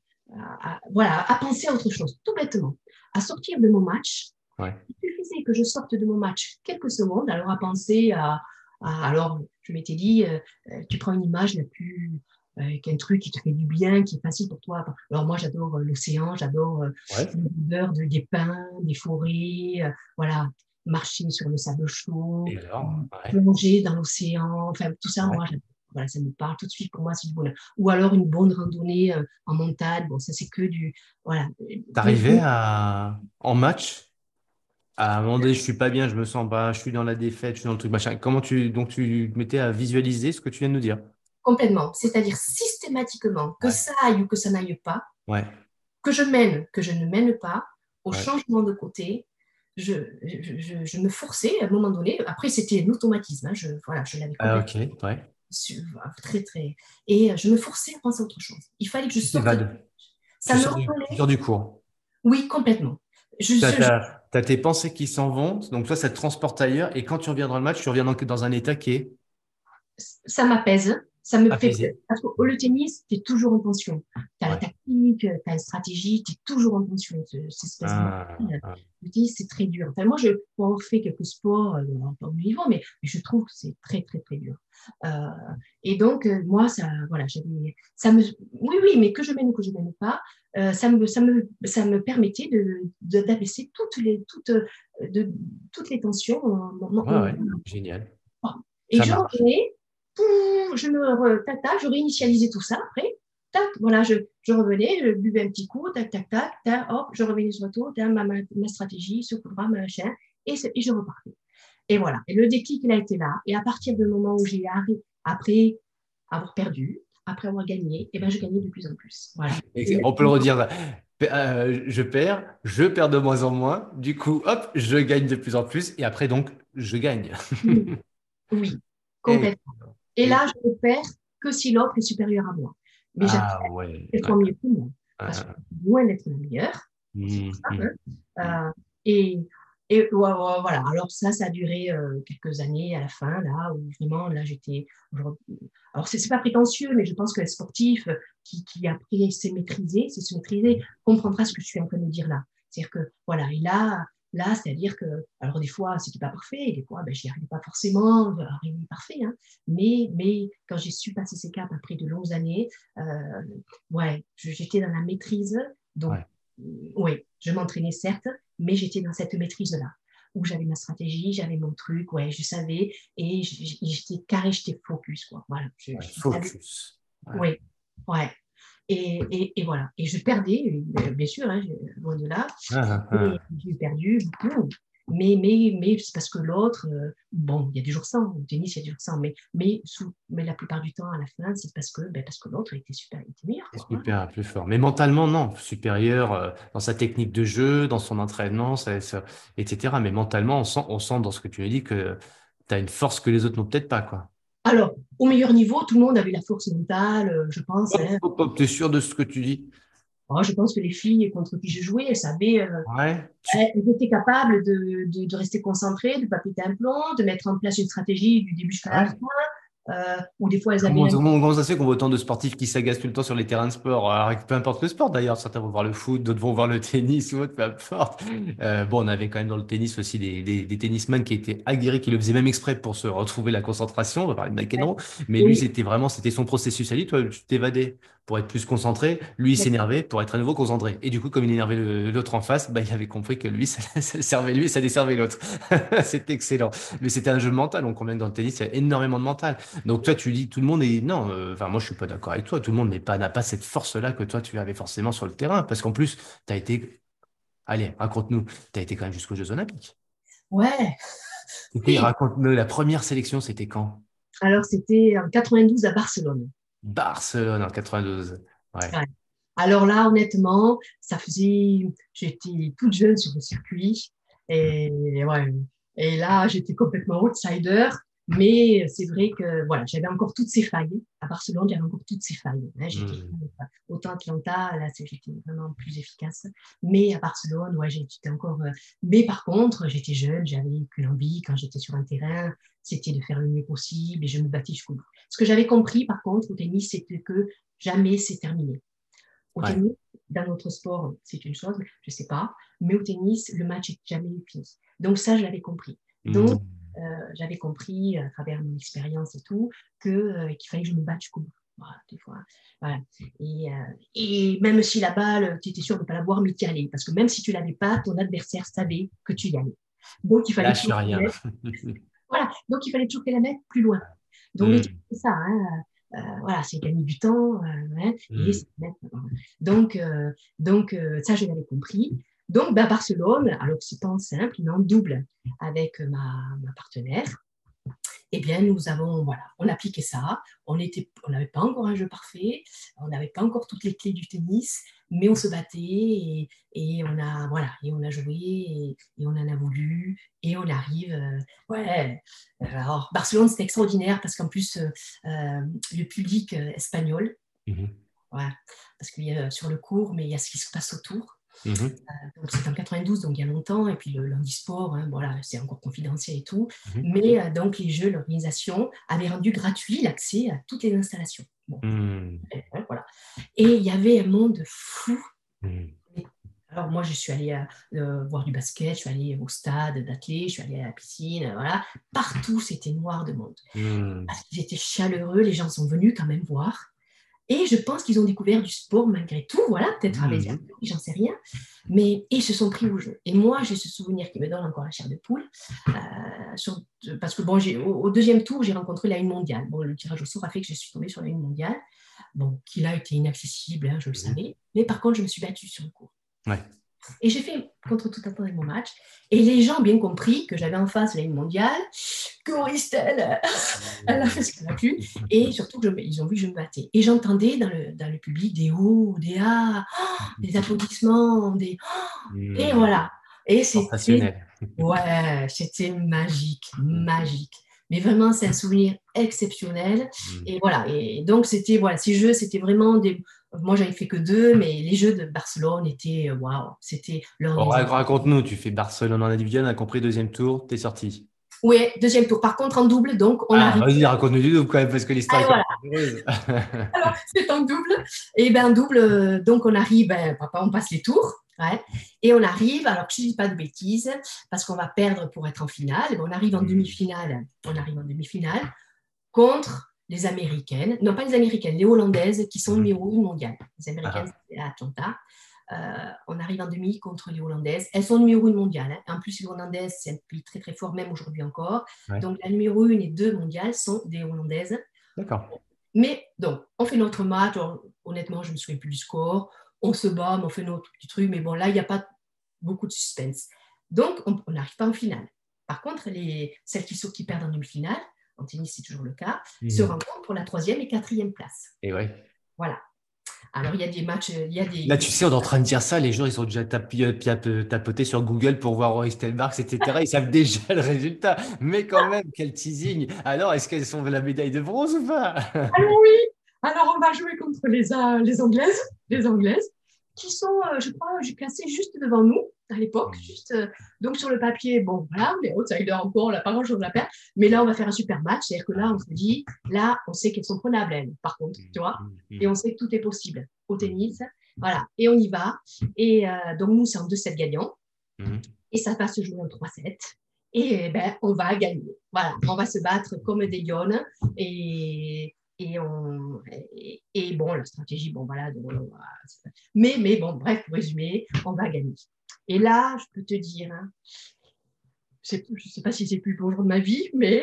à, à, voilà, à penser à autre chose, tout bêtement, à sortir de mon match. Ouais. Il suffisait que je sorte de mon match quelques secondes, alors à penser à, à alors je m'étais dit, euh, tu prends une image la plus, avec un truc qui te fait du bien, qui est facile pour toi. Alors moi, j'adore euh, l'océan, j'adore euh, Ouais. l'odeur de, des pins, des forêts, euh, voilà, marcher sur le sable chaud, Et alors? Ouais. plonger dans l'océan, enfin tout ça, Ouais. moi, voilà, ça me parle tout de suite pour moi, c'est du bonheur. Ou alors une bonne randonnée euh, en montagne, bon, ça c'est que du, voilà. Mais, T'arrivais à, en match, à un moment donné, je suis pas bien, je me sens pas, je suis dans la défaite, je suis dans le truc machin. Comment tu, donc tu te mettais à visualiser ce que tu viens de nous dire? complètement, c'est-à-dire systématiquement, que Ouais. ça aille ou que ça n'aille pas, Ouais. que je mène, que je ne mène pas, au Ouais. changement de côté, je, je, je, je me forçais à un moment donné. Après, c'était un automatisme. Hein, je, voilà, je l'avais Ah, complètement ok. Ouais. su- très, très. Et je me forçais à penser à autre chose. Il fallait que je Tu sorte. t'évades. Ça Tu me sors du, tu revenait. sors du cours. Oui, complètement. Je, Tu je- as, tes pensées qui s'en vont, donc toi, ça te transporte ailleurs. Et quand tu reviens dans le match, tu reviens dans, dans un état qui est. ça m'apaise. Ça me fait, Apaisé. parce que le tennis, tu es toujours en tension. Tu as la Ouais. tactique, tu as une stratégie, tu es toujours en tension. Cette espèce de Ah, ah. le tennis, c'est très dur. Enfin, moi, je, pour avoir fait quelques sports euh, à pas haut niveau, mais, mais je trouve que c'est très, très, très dur. Euh, et donc, euh, moi, ça, voilà, j'avais, ça me, oui, oui, mais que je mène ou que je mène pas, euh, ça me, ça me, ça me permettait de, de- d'abaisser toutes les, toutes, euh, de, toutes les tensions. en- en- Ouais, en- ouais. Génial. et Ça je marche. revenais, pouf, je me, re- tac, tac, je réinitialisais tout ça après. Tac, voilà, je, je revenais, je buvais un petit coup, tac, tac, tac, tac, hop, je revenais sur le tour, tac, ma, ma, ma stratégie, ce coup de bras, machin, et, c'est- et je repartais. Et voilà. Et le déclic, il a été là. Et à partir du moment où j'ai arrêté, après avoir perdu, après avoir gagné, et ben, je gagnais de plus en plus. Voilà. Et Et, on peut le redire. Euh, je perds, je perds de moins en moins. Du coup, hop, je gagne de plus en plus. Et après, donc, je gagne. oui, oui, Et, complètement. Et et- là, je ne perds que si l'autre est supérieur à moi. Mais j'accepte ah ouais. qu'elle Ouais. soit mieux que moi, Ouais, parce que ouais. je suis loin d'être la meilleure. C'est pour Mhm, ça. mhm, mhm. Hein. Euh, et et ouais, ouais, voilà. Alors ça, ça a duré euh, quelques années à la fin, là, où vraiment, là, j'étais. Alors, c'est c'est pas prétentieux, mais je pense que le sportif qui, qui après s'est maîtrisé, c'est se maîtriser, comprendra ce que je suis en train de dire là. C'est-à-dire que, voilà, et là, là, c'est-à-dire que, alors des fois, c'était pas parfait, et des fois, ben, j'y arrivais pas forcément, à arriver parfait, hein, mais, mais quand j'ai su passer ces caps après de longues années, euh, ouais, je- j'étais dans la maîtrise, donc, Ouais. oui, je m'entraînais certes, mais j'étais dans cette maîtrise-là, où j'avais ma stratégie, j'avais mon truc, ouais, je savais, et j'étais carré, j'étais focus, quoi. Voilà, je, Ouais, je savais, focus. Ouais. oui, ouais. Et, et, et, voilà. Et je perdais, bien sûr, hein, loin de là. Ah, ah, Et ah. j'ai perdu beaucoup. Mais, mais, mais c'est parce que l'autre, euh, bon, il y a des jours sans, au tennis, il y a des jours sans, mais, mais, sous, mais la plupart du temps, à la fin, c'est parce que, ben, parce que l'autre était super, était meilleur, C'est quoi. Voilà. super, plus fort. Mais mentalement, non. Supérieur euh, dans sa technique de jeu, dans son entraînement, ça- ça- et cetera. Mais mentalement, on sent, on sent dans ce que tu nous dis que tu as une force que les autres n'ont peut-être pas, quoi. Alors, au meilleur niveau, tout le monde avait la force mentale, euh, je pense. Hop, Hein. hop, hop, t'es sûr de ce que tu dis? Oh, je pense que les filles contre qui je jouais, elles savaient, euh, Ouais. Tu... elles étaient capables de, de, de rester concentrées, de ne pas péter un plomb, de mettre en place une stratégie du début jusqu'à la Ouais. fin. Euh, ou des fois, elles avaient Comment, un. comment, comment ça se fait qu'on voit autant de sportifs qui s'agacent tout le temps sur les terrains de sport? Alors, peu importe le sport d'ailleurs, certains vont voir le foot, d'autres vont voir le tennis ou autre, peu importe. Euh, bon, on avait quand même dans le tennis aussi des, des, des tennisman qui étaient aguerris, qui le faisaient même exprès pour se retrouver la concentration. On va parler de McEnroe, mais lui, Oui, c'était vraiment, c'était son processus à lui. Toi, tu t'évadais pour être plus concentré. Lui, il s'énervait pour être à nouveau concentré. Et du coup, comme il énervait le- l'autre en face, bah, il avait compris que lui, ça, ça le servait lui et ça desservait l'autre. C'était excellent. Mais c'était un jeu mental. On comprend que dans le tennis, il y a énormément de mental. Donc toi, tu dis tout le monde est non. euh, Enfin, moi, je suis pas d'accord avec toi. Tout le monde n'est pas n'a pas cette force-là que toi tu avais forcément sur le terrain, parce qu'en plus, tu as été. Allez, raconte-nous. Tu as été quand même jusqu'aux Jeux Olympiques. ouais, C'était, oui. raconte-nous, la première sélection, c'était quand? Alors, c'était en quatre-vingt-douze à Barcelone. Barcelone en quatre-vingt-douze. Ouais. Ouais. Alors là, honnêtement, ça faisait. J'étais toute jeune sur le circuit. Et, ouais. Et là, j'étais complètement outsider. Mais c'est vrai que voilà, j'avais encore toutes ces failles. À Barcelone, j'avais encore toutes ces failles. Hein. J'étais Hmm. autant Atlanta, là, j'étais vraiment plus efficace. Mais à Barcelone, ouais, j'étais encore. Euh, Mais par contre, j'étais jeune, j'avais qu'une envie quand j'étais sur un terrain, c'était de faire le mieux possible et je me battais jusqu'au bout. Ce que j'avais compris, par contre, au tennis, c'était que jamais c'est terminé. Au Ouais. tennis, dans notre sport, c'est une chose, je ne sais pas, mais au tennis, le match est jamais fini. Donc ça, je l'avais compris. Hmm. Donc, euh, j'avais compris à travers mon expérience et tout que, euh, qu'il fallait que je me batte jusqu'au bout. Voilà, des fois. Voilà. Et, euh, et même si la balle, tu étais sûr de ne pas l'avoir, mais tu y allais. Parce que même si tu ne l'avais pas, ton adversaire savait que tu y allais. Donc, il fallait Lâche toujours rien. voilà, donc il fallait toujours qu'elle la mette plus loin. Donc les Hmm. c'est ça, hein, euh, voilà, c'est gagner du temps, euh, hein, et Hmm. c'est mettre- donc, euh, donc euh, ça je l'avais compris. Donc bah, Barcelone, alors que c'est pas en simple, mais en double avec ma, ma partenaire, eh bien, nous avons, voilà, on appliquait ça. On était, on n'avait pas encore un jeu parfait, on n'avait pas encore toutes les clés du tennis, mais on se battait et, et on a, voilà, et on a joué et, et on en a voulu et on arrive. Euh, ouais. Alors, Barcelone, c'était extraordinaire parce qu'en plus, euh, euh, le public euh, espagnol, Mhm. ouais, parce qu'il y a sur le court, mais il y a ce qui se passe autour. Mhm. Donc, c'est en quatre-vingt-douze, donc il y a longtemps. Et puis, le l'handisport, hein, voilà, c'est encore confidentiel et tout. Mhm. Mais euh, donc, les Jeux, l'organisation avait rendu gratuit l'accès à toutes les installations. Bon, Mhm. et, voilà. Et il y avait un monde fou. Mhm. Alors, moi, je suis allée euh, voir du basket, je suis allée au stade d'athlé, je suis allée à la piscine, euh, voilà. Partout, c'était noir de monde. Mhm. Parce qu'ils étaient chaleureux, les gens sont venus quand même voir. Et je pense qu'ils ont découvert du sport malgré tout, voilà, peut-être avec Mhm. j'en sais rien. Mais et ils se sont pris au jeu. Et moi, j'ai ce souvenir qui me donne encore la chair de poule. Euh, sur, parce que bon, j'ai, au, au deuxième tour, j'ai rencontré la une mondiale. Bon, le tirage au sort a fait que je suis tombée sur la une mondiale. Bon, qui là était inaccessible, hein, je le Mhm. savais. Mais par contre, je me suis battue sur le cours. Ouais. Et j'ai fait contre tout attendre mon match. Et les gens ont bien compris que j'avais en face la ligne mondiale, que Auristel, elle a fait ce qu'elle a pu. Et surtout, que je, ils ont vu que je me battais. Et j'entendais dans le, dans le public des hauts, des ah, oh, des applaudissements, des oh, et Mhm. voilà. Et c'était, Sensationnel. ouais, c'était magique, magique. Mais vraiment, c'est un souvenir exceptionnel. Mhm. Et voilà. Et donc, c'était, voilà, ces jeux, c'était vraiment des. Moi, j'avais fait que deux, mais les jeux de Barcelone étaient, waouh, c'était Bon, ra- l'organisation. raconte-nous, tu fais Barcelone en individuel, on a compris deuxième tour, t'es sorti. Oui, deuxième tour. Par contre, en double, donc, on Ah, arrive. vas-y, raconte-nous du double quand même, parce que l'histoire est Allez, quand voilà. même heureuse. Alors, c'est en double. Et bien, en double, euh, donc, on arrive, ben, papa, on passe les tours. Ouais. Et on arrive, alors que je ne dis pas de bêtises, parce qu'on va perdre pour être en finale. On arrive en demi-finale. On arrive en demi-finale contre les Américaines. Non, pas les Américaines, les Hollandaises, qui sont numéro un mondial. Les Américaines, Ah, c'est à Atlanta. Euh, on arrive en demi contre les Hollandaises. Elles sont numéro un mondial. Hein. En plus, les Hollandaises, c'est un pays très, très fort, même aujourd'hui encore. ouais, Donc, la numéro un et deux mondiales sont des Hollandaises. d'accord. Mais donc, on fait notre match. Alors, honnêtement, je ne me souviens plus du score. On se bat, mais on fait notre petit truc. Mais bon, là, il n'y a pas beaucoup de suspense. Donc, on n'arrive pas en finale. Par contre, les, celles qui, sont, qui perdent en demi-finale, en tennis, c'est toujours le cas, se Mhm. rencontrent pour la troisième et quatrième place. Et ouais. Voilà. Alors, il y a des matchs, il y a des... Là, tu sais, on est en train de dire ça, les gens, ils sont déjà tapi- euh, piap- euh, tapotés sur Google pour voir Roy Stelmarks, et cetera. Ils savent déjà le résultat. Mais quand même, quel teasing. Alors, est-ce qu'elles sont la médaille de bronze ou pas? Alors oui, alors on va jouer contre les, euh, les Anglaises, les Anglaises, qui sont, euh, je crois, classées juste devant nous à l'époque. Juste, euh, donc sur le papier, bon, voilà, les outsiders encore, on n'a pas grand-chose à perdre. Mais là, on va faire un super match. C'est-à-dire que là, on se dit, là, on sait qu'elles sont prenables, elles, par contre, tu vois. Et on sait que tout est possible au tennis. Voilà, et on y va. Et euh, donc, nous, c'est en deux sets gagnants. Et ça va se jouer en trois sept. Et ben, on va gagner. Voilà, on va se battre comme des lionnes. Et, et, on, et, et bon, la stratégie, bon, voilà. Donc, mais, mais bon, bref, pour résumer, on va gagner. Et là, je peux te dire, hein, je ne sais pas si c'est le plus beau jour de ma vie, mais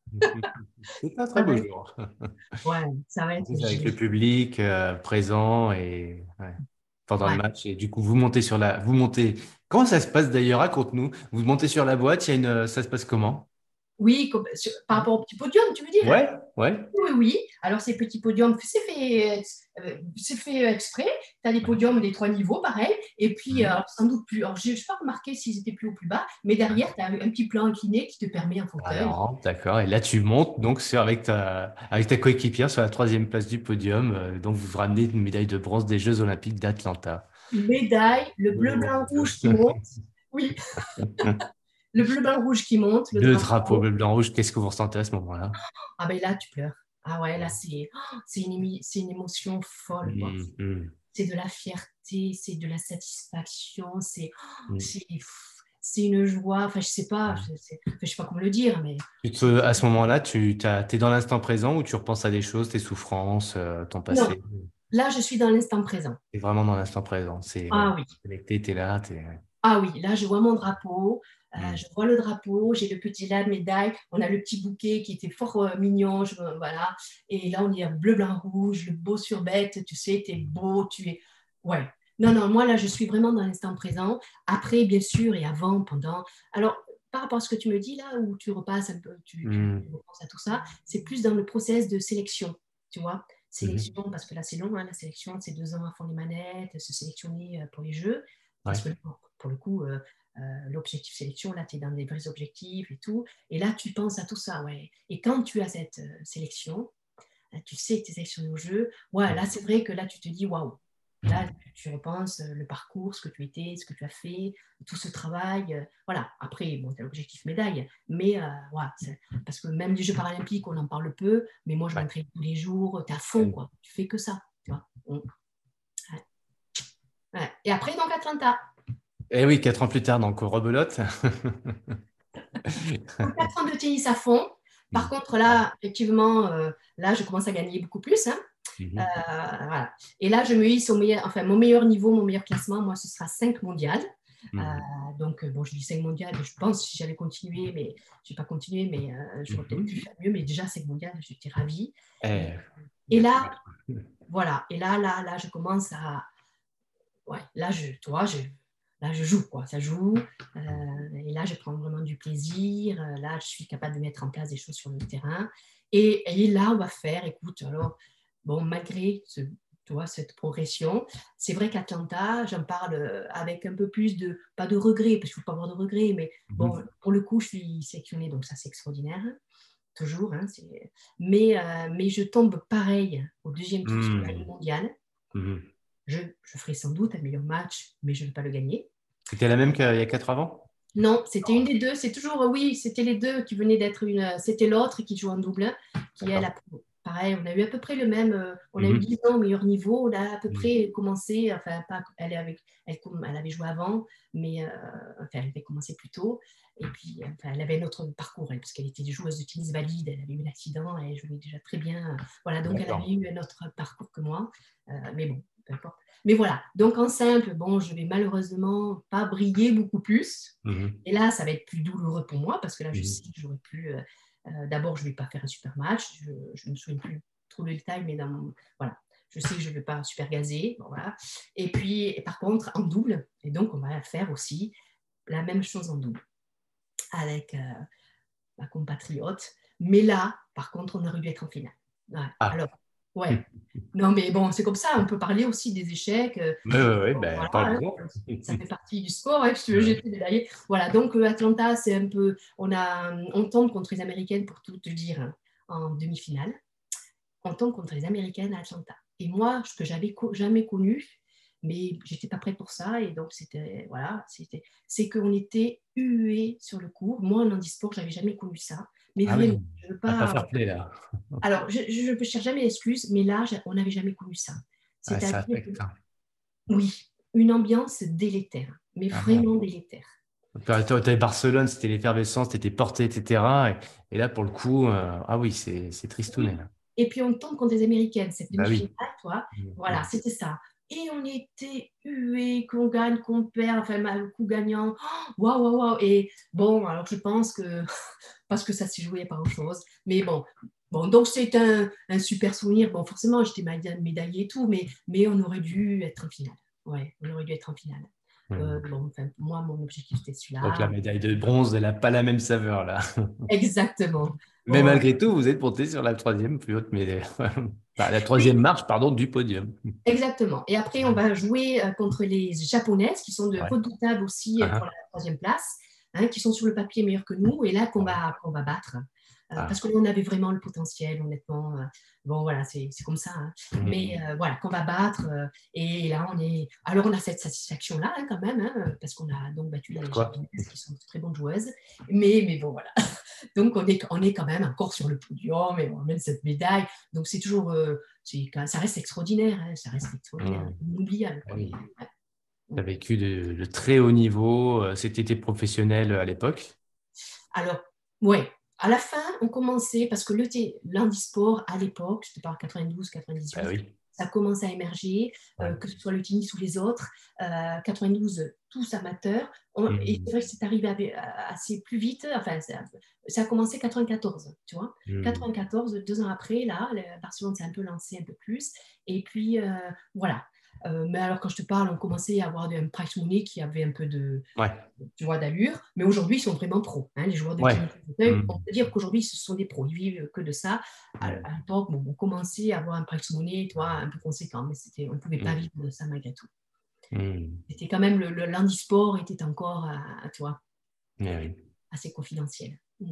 C'est un très ça va beau être, jour. ouais, ça va En être plus, avec le génial. public euh, présent et ouais, pendant le Ouais. match. Et du coup, vous montez sur la. Vous montez. Comment ça se passe d'ailleurs? Raconte-nous. Vous montez sur la boîte, il y a une... ça se passe comment? Oui, comme, sur, par rapport au petit podium, tu veux dire? Ouais, ouais. Oui, oui. Alors, ces petits podiums, c'est fait, euh, c'est fait exprès. Tu as des Ouais. podiums des trois niveaux, pareil. Et puis, Mhm. euh, sans doute plus. Alors, je n'ai pas remarqué s'ils étaient plus haut ou plus bas, mais derrière, tu as un petit plan incliné qui te permet un fauteuil. Alors, d'accord. Et là, tu montes donc sur, avec ta, avec ta coéquipière sur la troisième place du podium. Euh, donc, vous ramenez une médaille de bronze des Jeux Olympiques d'Atlanta. Une médaille, le bleu, blanc, rouge qui monte. Oui, le bleu, blanc, rouge qui monte, le Deux drapeaux drapeau. bleu, blanc, rouge. Qu'est-ce que vous ressentez à ce moment-là? Ah, ben là, tu pleures. Ah, ouais, là, c'est oh, c'est une, émi- c'est une émotion folle, quoi. Mhm, mhm, C'est de la fierté, c'est de la satisfaction, c'est oh, mhm. c'est c'est une joie. Enfin, je sais pas, je sais, enfin, je sais pas comment le dire, mais Tu c'est te- à ce moment-là, tu es dans l'instant présent ou tu repenses à des choses, tes souffrances, euh, ton non. passé? Là, je suis dans l'instant présent. Tu es vraiment dans l'instant présent. C'est ouais, Ah oui, connecté, tu es là. T'es, ouais. ah oui. Là, je vois mon drapeau. Euh, Mhm, je vois le drapeau, j'ai le petit la médaille, on a le petit bouquet qui était fort euh, mignon, je, voilà. Et là, on est en bleu, blanc, rouge, le beau sur bête, tu sais, t'es beau, tu es. Ouais. Non, non, moi, là, je suis vraiment dans l'instant présent. Après, bien sûr, et avant, pendant. Alors, par rapport à ce que tu me dis là, où tu repasses un peu, tu, tu, mhm, tu repenses à tout ça, c'est plus dans le process de sélection, tu vois. mhm. Sélection, parce que là, c'est long, hein, la sélection, c'est deux ans à fond les manettes, se sélectionner euh, pour les Jeux. Parce Ouais. que pour le coup, euh, euh, l'objectif sélection, là, tu es dans des vrais objectifs et tout. Et là, tu penses à tout ça, ouais. Et quand tu as cette euh, sélection, tu sais que tu es sélectionné au jeu, ouais, là, c'est vrai que là, tu te dis, waouh. Là, tu repenses le parcours, ce que tu étais, ce que tu as fait, tout ce travail. Euh, voilà. Après, bon, tu as l'objectif médaille, mais euh, voilà, parce que même les Jeux paralympiques, on en parle peu, mais moi, je Ouais. m'entraîne tous les jours, tu es à fond, quoi. Tu fais que ça, tu vois. On... Ouais. Ouais. Et après, donc, Atlanta. Et oui, quatre ans plus tard, donc rebelote. Donc, quatre ans de tennis à fond. Par contre, là, effectivement, euh, là, je commence à gagner beaucoup plus. Hein. Euh, Mhm. voilà. Et là, je me hisse au meilleur, enfin, mon meilleur niveau, mon meilleur classement, moi, ce sera cinq mondiales. Euh, Mhm. donc, bon, je dis cinq mondiales, je pense si j'avais continué, mais je n'ai pas continué, mais euh, j'aurais peut-être pu Mhm. faire mieux. Mais déjà, cinq mondiales, j'étais ravie. Et, Eh, il et y a tout. là, voilà. Et là, là, là, je commence à. Ouais, là, je, toi, je, là, je joue, quoi. Ça joue. Euh, et là, je prends vraiment du plaisir. Euh, Là, je suis capable de mettre en place des choses sur le terrain. Et, et là, on va faire, écoute, alors, bon, malgré ce, tu vois, cette progression, c'est vrai qu'Atlanta, j'en parle avec un peu plus de, pas de regret, parce qu'il ne faut pas avoir de regret, mais bon, Mhm. pour le coup, je suis sélectionnée, donc ça, c'est extraordinaire. Toujours, hein, c'est... Mais, euh, mais je tombe pareil au deuxième tour sur le Mhm. mondial. Mhm. Je, je ferai sans doute un meilleur match, mais je ne vais pas le gagner. C'était la même qu'il y a quatre avant? Non, c'était une des deux. C'est toujours, oui, c'était les deux qui venaient d'être une. C'était l'autre qui joue en double, qui elle D'accord. a. Pareil, on a eu à peu près le même. euh, On a eu Mhm. dix ans au meilleur niveau. On a à peu Mhm. près commencé. Enfin, pas, elle, avec, elle, elle avait joué avant, mais euh, enfin, elle avait commencé plus tôt. Et puis, enfin, elle avait un autre parcours, elle, parce qu'elle était joueuse de tennis valide. Elle avait eu l'accident. Elle jouait déjà très bien. Voilà, donc elle avait D'accord. eu un autre parcours que moi. Euh, mais bon, peu importe. Mais voilà, donc en simple, bon, je vais malheureusement pas briller beaucoup plus. Mhm. Et là, ça va être plus douloureux pour moi parce que là, je sais Mhm. que j'aurais pu. Euh, euh, D'abord, je ne vais pas faire un super match. Je ne me souviens plus trop le détail, mais dans mon, voilà, je sais que je ne vais pas super gazer. Bon, voilà. Et puis, et par contre, en double, et donc on va faire aussi la même chose en double avec euh, ma compatriote. Mais là, par contre, on aurait dû être en finale. Ouais. Ah. Alors, ouais. Non, mais bon, c'est comme ça. On peut parler aussi des échecs. euh, Oui, oui, oui, ben, voilà, hein, parle-en. ça fait partie du sport, hein, si tu veux Ouais. jeter médaillé. Voilà, donc euh, Atlanta, c'est un peu. On, a, on tombe contre les Américaines, pour tout te dire, hein, en demi-finale. On tombe contre les Américaines à Atlanta. Et moi, ce que j'avais co- jamais connu, mais j'étais pas prête pour ça, et donc c'était. Voilà, c'était. C'est qu'on était hués sur le court. Moi, en handisport, j'avais jamais connu ça. Mais Ah vraiment, oui, je veux à pas pas. fair play là. Alors, je ne cherche jamais d'excuses, mais là, on n'avait jamais connu ça. Ouais, ça C'est-à-dire que affecte, hein. oui, une ambiance délétère, mais Ah bon. vraiment délétère. Toi, toi, t'avais Barcelone, c'était l'effervescence, t'étais porté, et cetera. Et, et là, pour le coup, euh, ah oui, c'est c'est tristounet, Oui. là. Et puis on tombe contre les Américaines, cette Bah demi-finale, oui. toi. Mhm. Voilà, Mhm. c'était ça. Et on était hués, qu'on gagne, qu'on perd, enfin, le coup gagnant. Oh, waouh, waouh, waouh. Et bon, alors je pense que, parce que ça s'est joué par autre chose. Mais bon, bon donc c'est un, un super souvenir. Bon, forcément, j'étais médaillée et tout, mais, mais on aurait dû être en finale. Ouais, on aurait dû être en finale. Euh, Mhm. bon, enfin, moi, mon objectif, c'était Donc la celui-là. médaille de bronze, elle n'a pas la même saveur, là. Exactement. Mais Bon, malgré tout, vous êtes monté sur la troisième plus haute, mais enfin, la troisième marche, pardon, du podium. exactement. Et après, on va jouer euh, contre les Japonaises, qui sont de Ouais. redoutables aussi euh, pour la Ah, troisième place, hein, qui sont sur le papier meilleurs que nous, et là qu'on ah. Ouais. va, qu'on va battre. Euh, parce Ah. que là, on avait vraiment le potentiel, honnêtement. Euh, bon, voilà, c'est c'est comme ça. Hein. Mais Mhm. euh, voilà, qu'on va battre. Euh, et là, on est. Alors, on a cette satisfaction-là, hein, quand même, hein, parce qu'on a donc battu les Quoi? Japonaises, qui sont de très bonnes joueuses. Mais, mais bon, voilà. Donc, on est, on est quand même encore sur le podium et on ramène cette médaille. Donc, c'est toujours, euh, c'est, ça reste extraordinaire, hein, ça reste extraordinaire, Mhm. inoubliable. Ah Quoi. oui. Tu Ouais. as vécu de, de très haut niveau. euh, C'était tes professionnels à l'époque. Alors, ouais, à la fin, on commençait, parce que le thé- l'handisport, à l'époque, je te parle quatre-vingt-douze Ah quatre-vingt-dix-huit, oui. ça commence à émerger, Ouais. euh, que ce soit le tennis ou les autres. Euh, quatre-vingt-douze, tous amateurs. On- et c'est Mhm. vrai que c'est arrivé avec- assez plus vite. Enfin, ça, ça a commencé quatre-vingt-quatorze, tu vois. Mhm. quatre-vingt-quatorze, deux ans après, là, le- Barcelone s'est un peu lancé un peu plus. Et puis, euh, voilà. Euh, mais alors, quand je te parle, on commençait à avoir un price money qui avait un peu de, Ouais. tu vois, d'allure, mais aujourd'hui, ils sont vraiment pros. Hein, les joueurs de Ouais. tennis fauteuil, on Mhm. peut dire qu'aujourd'hui, ce sont des pros. Ils vivent que de ça. À, Mhm. à l'époque, bon, on commençait à avoir un price money, toi, un peu conséquent, mais c'était, on ne pouvait pas Mhm. vivre de ça malgré tout. Mhm. C'était quand même, le, le lundi sport était encore, à, à toi, Eh oui. assez confidentiel. Mm.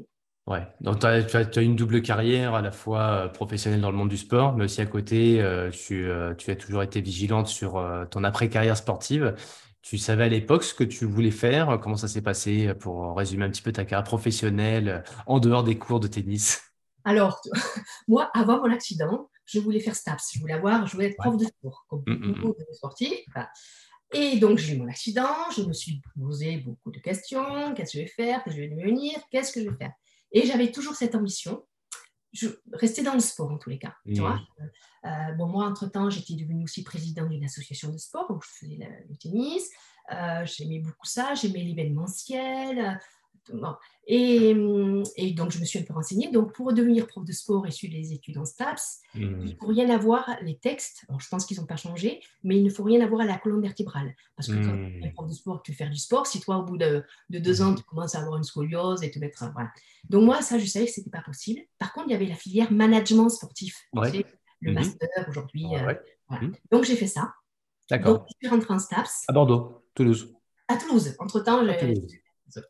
Ouais. Donc, tu as, tu as- tu as une double carrière, à la fois euh, professionnelle dans le monde du sport, mais aussi à côté, euh, tu, euh, tu as toujours été vigilante sur euh, ton après-carrière sportive. Tu savais à l'époque ce que tu voulais faire? Comment ça s'est passé euh, pour résumer un petit peu ta carrière professionnelle euh, en dehors des cours de tennis? Alors, moi, avant mon accident, je voulais faire STAPS. Je voulais avoir, je voulais être Ouais. prof de sport, comme Hum, hum, beaucoup hum. de sportifs. Voilà. Et donc, j'ai eu mon accident. Je me suis posé beaucoup de questions. Qu'est-ce que je vais faire? Qu'est-ce que je vais devenir? Qu'est-ce que je vais faire? Et j'avais toujours cette ambition. Je restais dans le sport, en tous les cas. Tu vois. Hum, Euh, bon, moi, entre-temps, j'étais devenue aussi présidente d'une association de sport, donc je faisais le, le tennis. Euh, j'aimais beaucoup ça. J'aimais l'événementiel. Bon. Et, et, donc, je me suis un peu renseignée. Donc, pour devenir prof de sport et suivre les études en STAPS, il ne hum, faut rien avoir, les textes, alors je pense qu'ils n'ont pas changé, mais il ne faut rien avoir à la colonne vertébrale. Parce que quand tu es hum, prof de sport, tu fais du sport, si toi, au bout de, de deux ans, hum. tu commences à avoir une scoliose et te mettre. Voilà. Donc, moi, ça, je savais que ce n'était pas possible. Par contre, il y avait la filière management sportif, tu Ouais. sais, le Mhm. master aujourd'hui. Ouais, Euh, ouais. voilà. Hum. Donc, j'ai fait ça. Donc, D'accord. je suis rentrée en STAPS À Bordeaux, Toulouse. à Toulouse. Entre-temps, À j'ai Toulouse.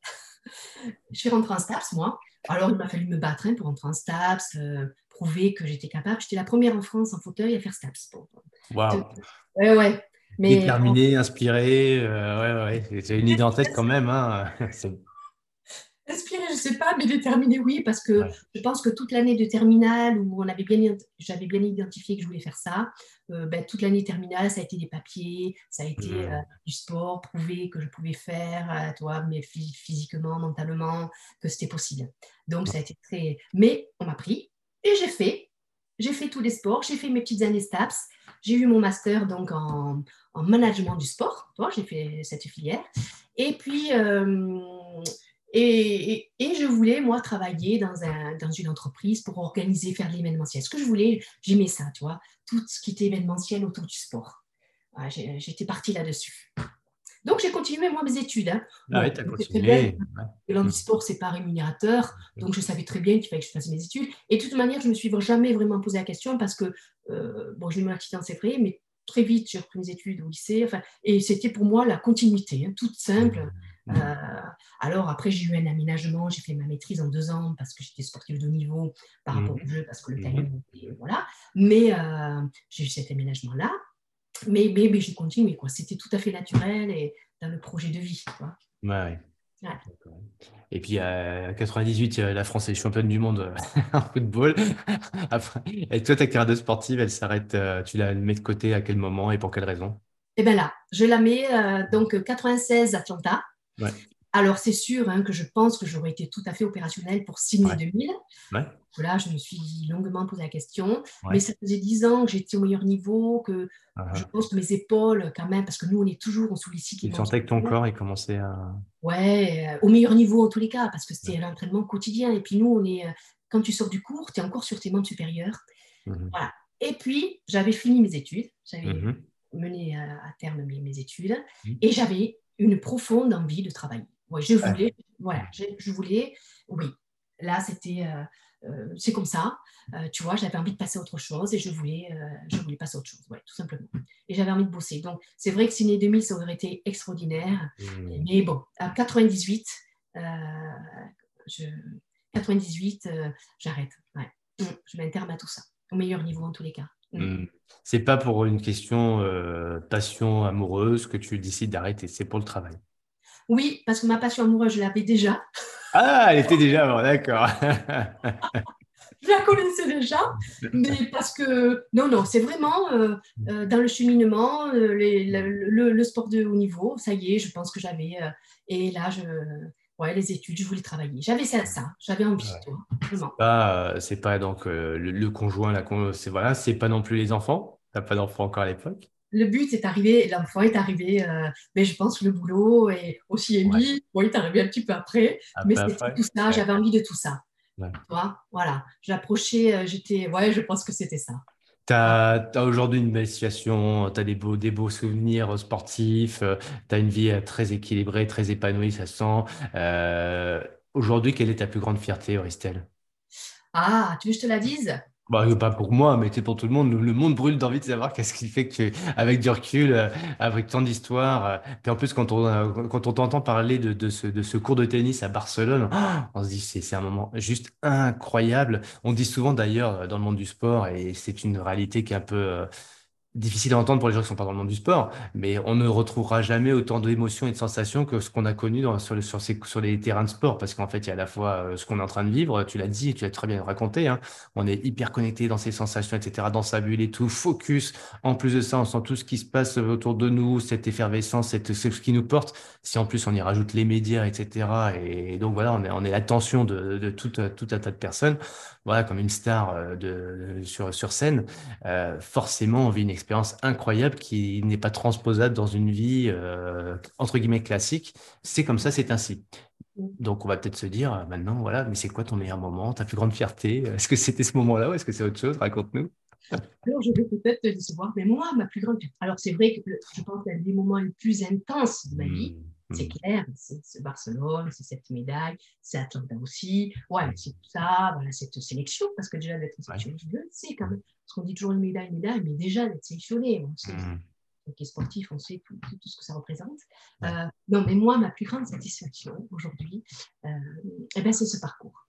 je suis rentrée en STAPS, moi. Alors, il m'a fallu me battre hein, pour rentrer en STAPS, euh, prouver que j'étais capable. J'étais la première en France en fauteuil à faire STAPS. Bon, Waouh. ouais, ouais. Mais bon, Déterminé, inspiré. euh, ouais, ouais. J'ai une idée en tête quand même. Hein. C'est- inspirée, je ne sais pas, mais déterminée, oui, parce que Ouais. je pense que toute l'année de terminale, où on avait bien, j'avais bien identifié que je voulais faire ça, euh, ben, toute l'année terminale, ça a été des papiers, ça a été euh, Hum, du sport, prouver que je pouvais faire, euh, toi, mais physiquement, mentalement, que c'était possible. Donc, ça a été très. Mais on m'a pris et j'ai fait. J'ai fait tous les sports, j'ai fait mes petites années STAPS, j'ai eu mon master donc en, en management du sport, toi, j'ai fait cette filière. Et puis, euh, et, et, et, je voulais, moi, travailler dans, un, dans une entreprise pour organiser, faire de l'événementiel. Ce que je voulais, j'aimais ça, tu vois, tout ce qui était événementiel autour du sport. Ouais, j'étais partie là-dessus. Donc, j'ai continué, moi, mes études. Hein. Ah oui, Bon, tu as je sais très bien continué. Ouais. que Hum, l'handisport, c'est pas rémunérateur, donc je savais très bien qu'il fallait que je fasse mes études. Et de toute manière, je ne me suis jamais vraiment posé la question parce que, euh, bon, j'ai eu mon accident, c'est vrai, mais très vite, j'ai repris mes études au lycée, enfin, et c'était pour moi la continuité, hein, toute simple. hum, Euh, hum, alors après, j'ai eu un aménagement, j'ai fait ma maîtrise en deux ans parce que j'étais sportive de haut niveau par rapport au hum, jeu, parce que le hum. timing, était- voilà. Mais euh, j'ai eu cet aménagement-là, mais, mais, mais j'ai continué, quoi. C'était tout à fait naturel et dans le projet de vie, quoi. Ouais, ouais. Ouais. D'accord. Et puis, à quatre-vingt-dix-huit, euh, la France est championne du monde euh, en football. Après, et toi, ta carrière de sportive, elle s'arrête, euh, tu la mets de côté à quel moment et pour quelle raison? Et bien là, je la mets euh, donc quatre-vingt-seize Atlanta. Ouais, Alors c'est sûr hein, que je pense que j'aurais été tout à fait opérationnelle pour Sydney ouais, deux mille. ouais, Là, je me suis longuement posé la question, mais ouais. ça faisait dix ans que j'étais au meilleur niveau, que Ah, je ah. pense que mes épaules, quand même, parce que nous, on est toujours, on sollicite les Tu membres sentais que ton supérieurs. corps, il commençait à… Ouais, euh, au meilleur niveau en tous les cas, parce que Ouais. c'était l'entraînement quotidien. Et puis nous, on est, euh, quand tu sors du cours, tu es encore sur tes membres supérieurs. Mhm, Voilà. Et puis, j'avais fini mes études, j'avais mhm, mené à, à terme mes, mes, études, mhm. et j'avais une profonde envie de travailler. Ouais, je Ouais. voulais, voilà, je, je voulais, oui. Là, c'était, euh, euh, c'est comme ça. Euh, tu vois, j'avais envie de passer à autre chose et je voulais, euh, je voulais passer à autre chose, ouais, tout simplement. Et j'avais envie de bosser. Donc, c'est vrai que Ciné deux mille, ça aurait été extraordinaire. Mhm. Mais bon, à quatre-vingt-dix-huit, euh, je, quatre-vingt-dix-huit, euh, j'arrête. Ouais. Je mets un terme à tout ça, au meilleur niveau en tous les cas. Mm. Mhm. C'est pas pour une question euh, passion amoureuse que tu décides d'arrêter, c'est pour le travail. Oui, parce que ma passion amoureuse, je l'avais déjà. Ah, elle était déjà bon, d'accord. Je la connaissais déjà, mais parce que, non, non, c'est vraiment euh, euh, dans le cheminement, euh, les- le, le- le sport de haut niveau, ça y est, je pense que j'avais, euh, et là, je, ouais, les études, je voulais travailler. J'avais ça, ça j'avais envie, Ouais. toi, vraiment. Pas, euh, c'est pas donc euh, le, le conjoint, la con, c'est voilà, c'est pas non plus les enfants. T'as pas d'enfants encore à l'époque. Le but est arrivé, l'enfant est arrivé, euh, mais je pense que le boulot et aussi Ouais. Émilie, bon, il est arrivé un petit peu après, Un mais peu c'était après. tout ça, j'avais D'accord. envie de tout ça. Ouais. Tu vois, voilà, j'approchais, euh, j'étais, ouais, je pense que c'était ça. Ouais. T'as, t'as aujourd'hui une belle situation, t'as des beaux, des beaux souvenirs sportifs, euh, t'as une vie euh, très équilibrée, très épanouie, ça se sent. Euh, aujourd'hui, quelle est ta plus grande fierté, Auristel? Ah, tu veux que je te la dise? Bah, euh, pas pour moi, mais c'est pour tout le monde. Le le monde brûle d'envie de savoir qu'est-ce qui fait que, tu- avec du recul, euh, avec tant d'histoires. euh, Puis en plus, quand on, euh, quand on t'entend parler de, de ce, de ce cours de tennis à Barcelone, ah, on se dit c'est c'est un moment juste incroyable. On dit souvent d'ailleurs euh, dans le monde du sport, et c'est une réalité qui est un peu euh, difficile à entendre pour les gens qui sont pas dans le monde du sport, mais on ne retrouvera jamais autant d'émotions et de sensations que ce qu'on a connu dans, sur, le- sur, ces, sur les terrains de sport, parce qu'en fait, il y a à la fois euh, ce qu'on est en train de vivre, tu l'as dit, et tu l'as très bien raconté, hein, on est hyper connecté dans ses sensations, et cetera, dans sa bulle et tout, focus. En plus de ça, on sent tout ce qui se passe autour de nous, cette effervescence, cette, ce ce qui nous porte. Si en plus on y rajoute les médias, et cetera, et donc voilà, on est, on est l'attention de, de tout, tout un tas de personnes, voilà, comme une star euh, de, sur, sur scène. Euh, forcément, on vit une expérience incroyable qui n'est pas transposable dans une vie euh, entre guillemets classique. C'est comme ça, c'est ainsi. Donc, on va peut-être se dire euh, maintenant, voilà, mais c'est quoi ton meilleur moment, ta plus grande fierté? Est-ce que c'était ce moment-là ou est-ce que c'est autre chose? Raconte-nous. Alors, je vais peut-être te décevoir, mais moi, ma plus grande. Alors, c'est vrai que le- je pense que les moments les plus intenses de ma vie, Hmm, c'est hmm, clair, c'est c'est Barcelone, c'est cette médaille, c'est Atlanta aussi. Ouais, hmm. c'est tout ça, voilà, cette sélection, parce que déjà d'être Ouais. sélectionné, je le sais quand même. Parce qu'on dit toujours une médaille, une médaille, mais déjà d'être sélectionné, on sait, Hmm, donc, les sportifs, on sait tout, tout, tout ce que ça représente. ouais. Euh, non, mais moi, ma plus grande satisfaction aujourd'hui, euh, eh ben, c'est ce parcours.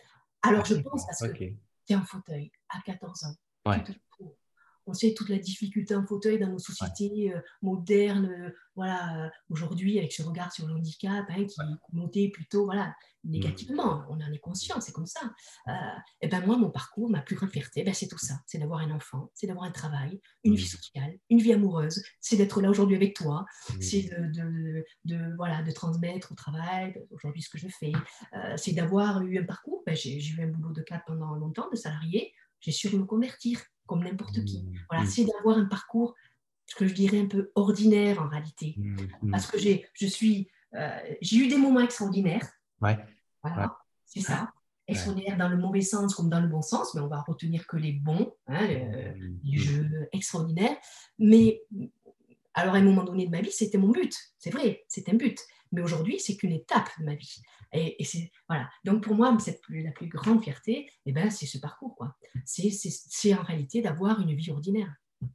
Ah, Alors, je pense d'accord. parce que Ok. tu es en fauteuil à quatorze ans, tu Ouais. te trouves. On sait toute la difficulté en fauteuil dans nos Ouais. sociétés euh, modernes, euh, voilà, euh, aujourd'hui avec ce regard sur le handicap hein, qui est monté plutôt voilà, Hmm, négativement. On en est conscient, c'est comme ça. Euh, et ben moi, mon parcours, ma plus grande fierté, ben, c'est tout ça. C'est d'avoir un enfant, c'est d'avoir un travail, une vie hmm, sociale, une vie amoureuse, c'est d'être là aujourd'hui avec toi, c'est hmm, de, de, de, voilà, de transmettre au travail aujourd'hui ce que je fais, euh, c'est d'avoir eu un parcours. Ben, j'ai, j'ai eu un boulot de cadre pendant longtemps, de salarié. J'ai su me convertir comme n'importe qui. hmm, Voilà, hmm, c'est d'avoir un parcours, ce que je dirais un peu ordinaire en réalité. hmm, hmm. Parce que j'ai, je suis, euh, j'ai eu des moments extraordinaires. Ouais. Ouais. Voilà, c'est ça. Ouais. Extraordinaire dans le mauvais sens comme dans le bon sens, mais on va retenir que les bons, hein, le- Hmm, les hmm, jeux extraordinaires. Mais alors, à un moment donné de ma vie, c'était mon but. C'est vrai, c'est un but. Mais aujourd'hui, c'est qu'une étape de ma vie. Et, et c'est, voilà. Donc, pour moi, cette, la plus grande fierté, eh ben, c'est ce parcours. Quoi. C'est, c'est, c'est en réalité d'avoir une vie ordinaire.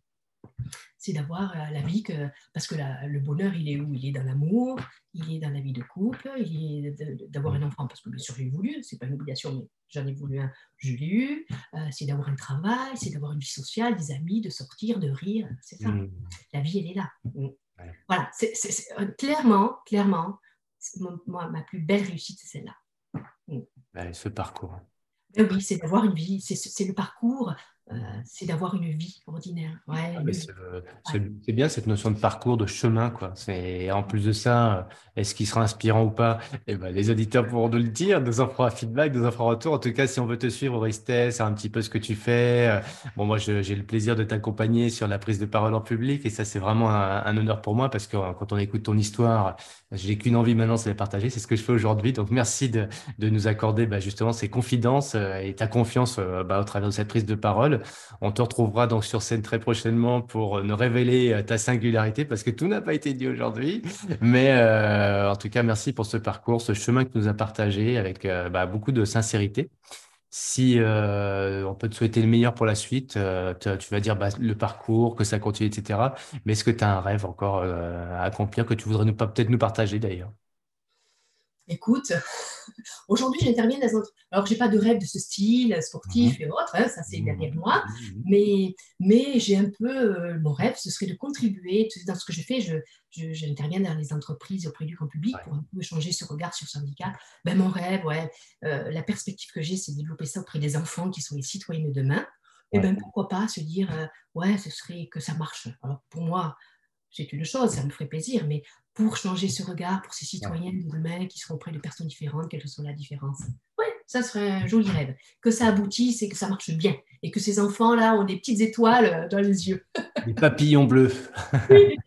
C'est d'avoir euh, la vie que. Parce que la- le bonheur, il est où? Il est dans l'amour, il est dans la vie de couple, il est de- de- d'avoir un hmm, enfant, parce que bien sûr, j'ai voulu, c'est pas une obligation, mais j'en ai voulu un, je l'ai eu. Euh, c'est d'avoir un travail, c'est d'avoir une vie sociale, des amis, de sortir, de rire, c'est ça. hmm. La vie, elle est là. Mm. Ouais. Voilà, c'est, c'est, c'est, euh, clairement, clairement, mon, moi, ma plus belle réussite, c'est celle-là. Mm. Ouais, ce parcours. Ben oui, c'est d'avoir une vie, c'est, c'est le parcours, euh, Hmm. c'est d'avoir une vie ordinaire. Ouais, Ah, une mais vie. c'est euh, Ouais. c'est- c'est bien cette notion de parcours, de chemin, quoi. C'est, en plus de ça, euh, est-ce qu'il sera inspirant ou pas? Eh ben, les auditeurs pourront nous le dire, nous en ferons un feedback, nous en ferons un retour. En tout cas, si on veut te suivre, Auristes, c'est un petit peu ce que tu fais. Euh, Bon, moi, je- j'ai le plaisir de t'accompagner sur la prise de parole en public et ça, c'est vraiment un, un honneur pour moi parce que euh, quand on écoute ton histoire, j'ai qu'une envie maintenant, c'est de la partager. C'est ce que je fais aujourd'hui. Donc, merci de, de nous accorder bah, justement ces confidences euh, et ta confiance euh, bah, au travers de cette prise de parole. On te retrouvera donc sur scène très prochainement pour euh, nous révéler euh, ta singularité parce que tout n'a pas été dit aujourd'hui. Mais euh, en tout cas, merci pour ce parcours, ce chemin que tu nous as partagé avec euh, bah, beaucoup de sincérité. Si euh, on peut te souhaiter le meilleur pour la suite, euh, tu tu vas dire bah, le parcours, que ça continue, et cetera. Mais est-ce que tu as un rêve encore euh, à accomplir que tu voudrais nous, peut-être nous partager d'ailleurs? Écoute, aujourd'hui, j'interviens dans un... Alors, j'ai pas de rêve de ce style sportif Mhm. et autres, hein, ça c'est Mhm. derrière moi, Mhm. mais, mais j'ai un peu... euh, mon rêve, ce serait de contribuer, tu sais, dans ce que je fais, je, je- j'interviens dans les entreprises auprès du grand public Ouais. pour un peu changer ce regard sur ce handicap. Ben, mon rêve, ouais, euh, la perspective que j'ai, c'est de développer ça auprès des enfants qui sont les citoyens de demain. Et Ouais. ben pourquoi pas se dire, euh, ouais, ce serait que ça marche. Alors, pour moi, c'est une chose, ça me ferait plaisir, mais pour changer ce regard pour ces Ouais. citoyens de demain qui seront auprès de personnes différentes, quelle que soit la différence. Ouais, ça serait un joli rêve. Que ça aboutisse et que ça marche bien. Et que ces enfants-là ont des petites étoiles euh, dans les yeux. Des papillons bleus.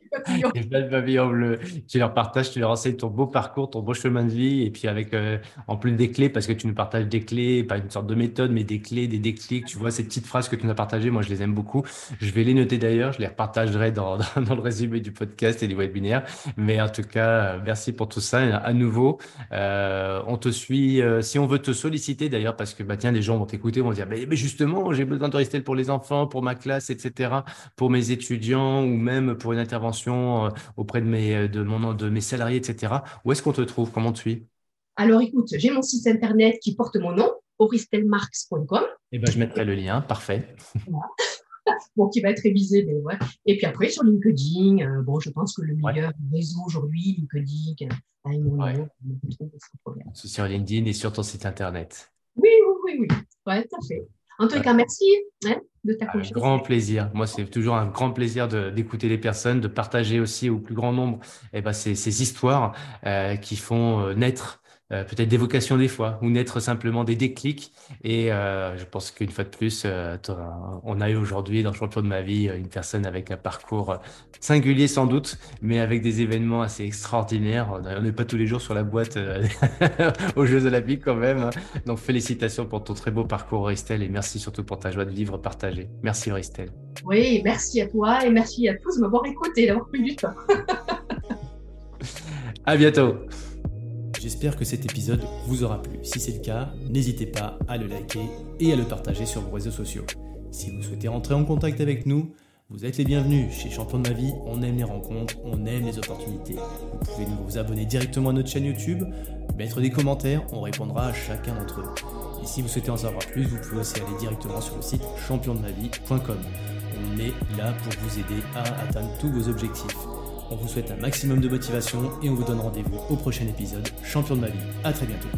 papillons. Les belles papillons bleus. Tu leur partages, tu leur enseignes ton beau parcours, ton beau chemin de vie. Et puis avec, euh, en plus des clés, parce que tu nous partages des clés, pas une sorte de méthode, mais des clés, des déclics. Tu vois, ces petites phrases que tu nous as partagées, moi, je les aime beaucoup. Je vais les noter d'ailleurs. Je les repartagerai dans, dans, dans le résumé du podcast et du webinaire. Mais en tout cas, euh, merci pour tout ça. Et à nouveau, euh, on te suit. Euh, si on veut te solliciter d'ailleurs, parce que, bah, tiens, les gens vont t'écouter, vont dire, mais, mais justement, j'ai besoin de Ristel pour les enfants, pour ma classe, et cetera, pour mes étudiants ou même pour une intervention euh, auprès de mes, de mon, de mes salariés, et cetera. Où est-ce qu'on te trouve? Comment tu suis? Alors, écoute, j'ai mon site internet qui porte mon nom, oristelmarx point com. Eh ben, je mettrai le lien. Parfait. Voilà. Bon, qui va être révisé, mais ouais. Et puis après, sur LinkedIn, euh, bon, je pense que le meilleur ouais. réseau aujourd'hui, LinkedIn, avec mon ouais. nom, on peut trouver sans problème. C'est sur LinkedIn et sur ton site internet. Oui, oui, oui, oui. Ouais, tout à fait. En tout ouais. cas, merci hein, de ta confiance. Avec grand plaisir. Moi, c'est toujours un grand plaisir de, d'écouter les personnes, de partager aussi au plus grand nombre eh ben, ces, ces histoires euh, qui font euh, naître euh, peut-être des vocations des fois ou naître simplement des déclics. Et euh, je pense qu'une fois de plus, euh, on a eu aujourd'hui dans le Champion de ma vie une personne avec un parcours singulier sans doute, mais avec des événements assez extraordinaires. On n'est pas tous les jours sur la boîte euh, aux Jeux Olympiques quand même. Hein. Donc félicitations pour ton très beau parcours, Ristel, et merci surtout pour ta joie de vivre partagée. Merci, Ristel. Oui, merci à toi et merci à tous de m'avoir écouté, d'avoir pris du temps. À bientôt. J'espère que cet épisode vous aura plu. Si c'est le cas, n'hésitez pas à le liker et à le partager sur vos réseaux sociaux. Si vous souhaitez rentrer en contact avec nous, vous êtes les bienvenus. Chez Champion de ma vie, on aime les rencontres, on aime les opportunités. Vous pouvez vous abonner directement à notre chaîne YouTube, mettre des commentaires, on répondra à chacun d'entre eux. Et si vous souhaitez en savoir plus, vous pouvez aussi aller directement sur le site champion de ma vie point com. On est là pour vous aider à atteindre tous vos objectifs. On vous souhaite un maximum de motivation et on vous donne rendez-vous au prochain épisode Champion de ma vie. À très bientôt.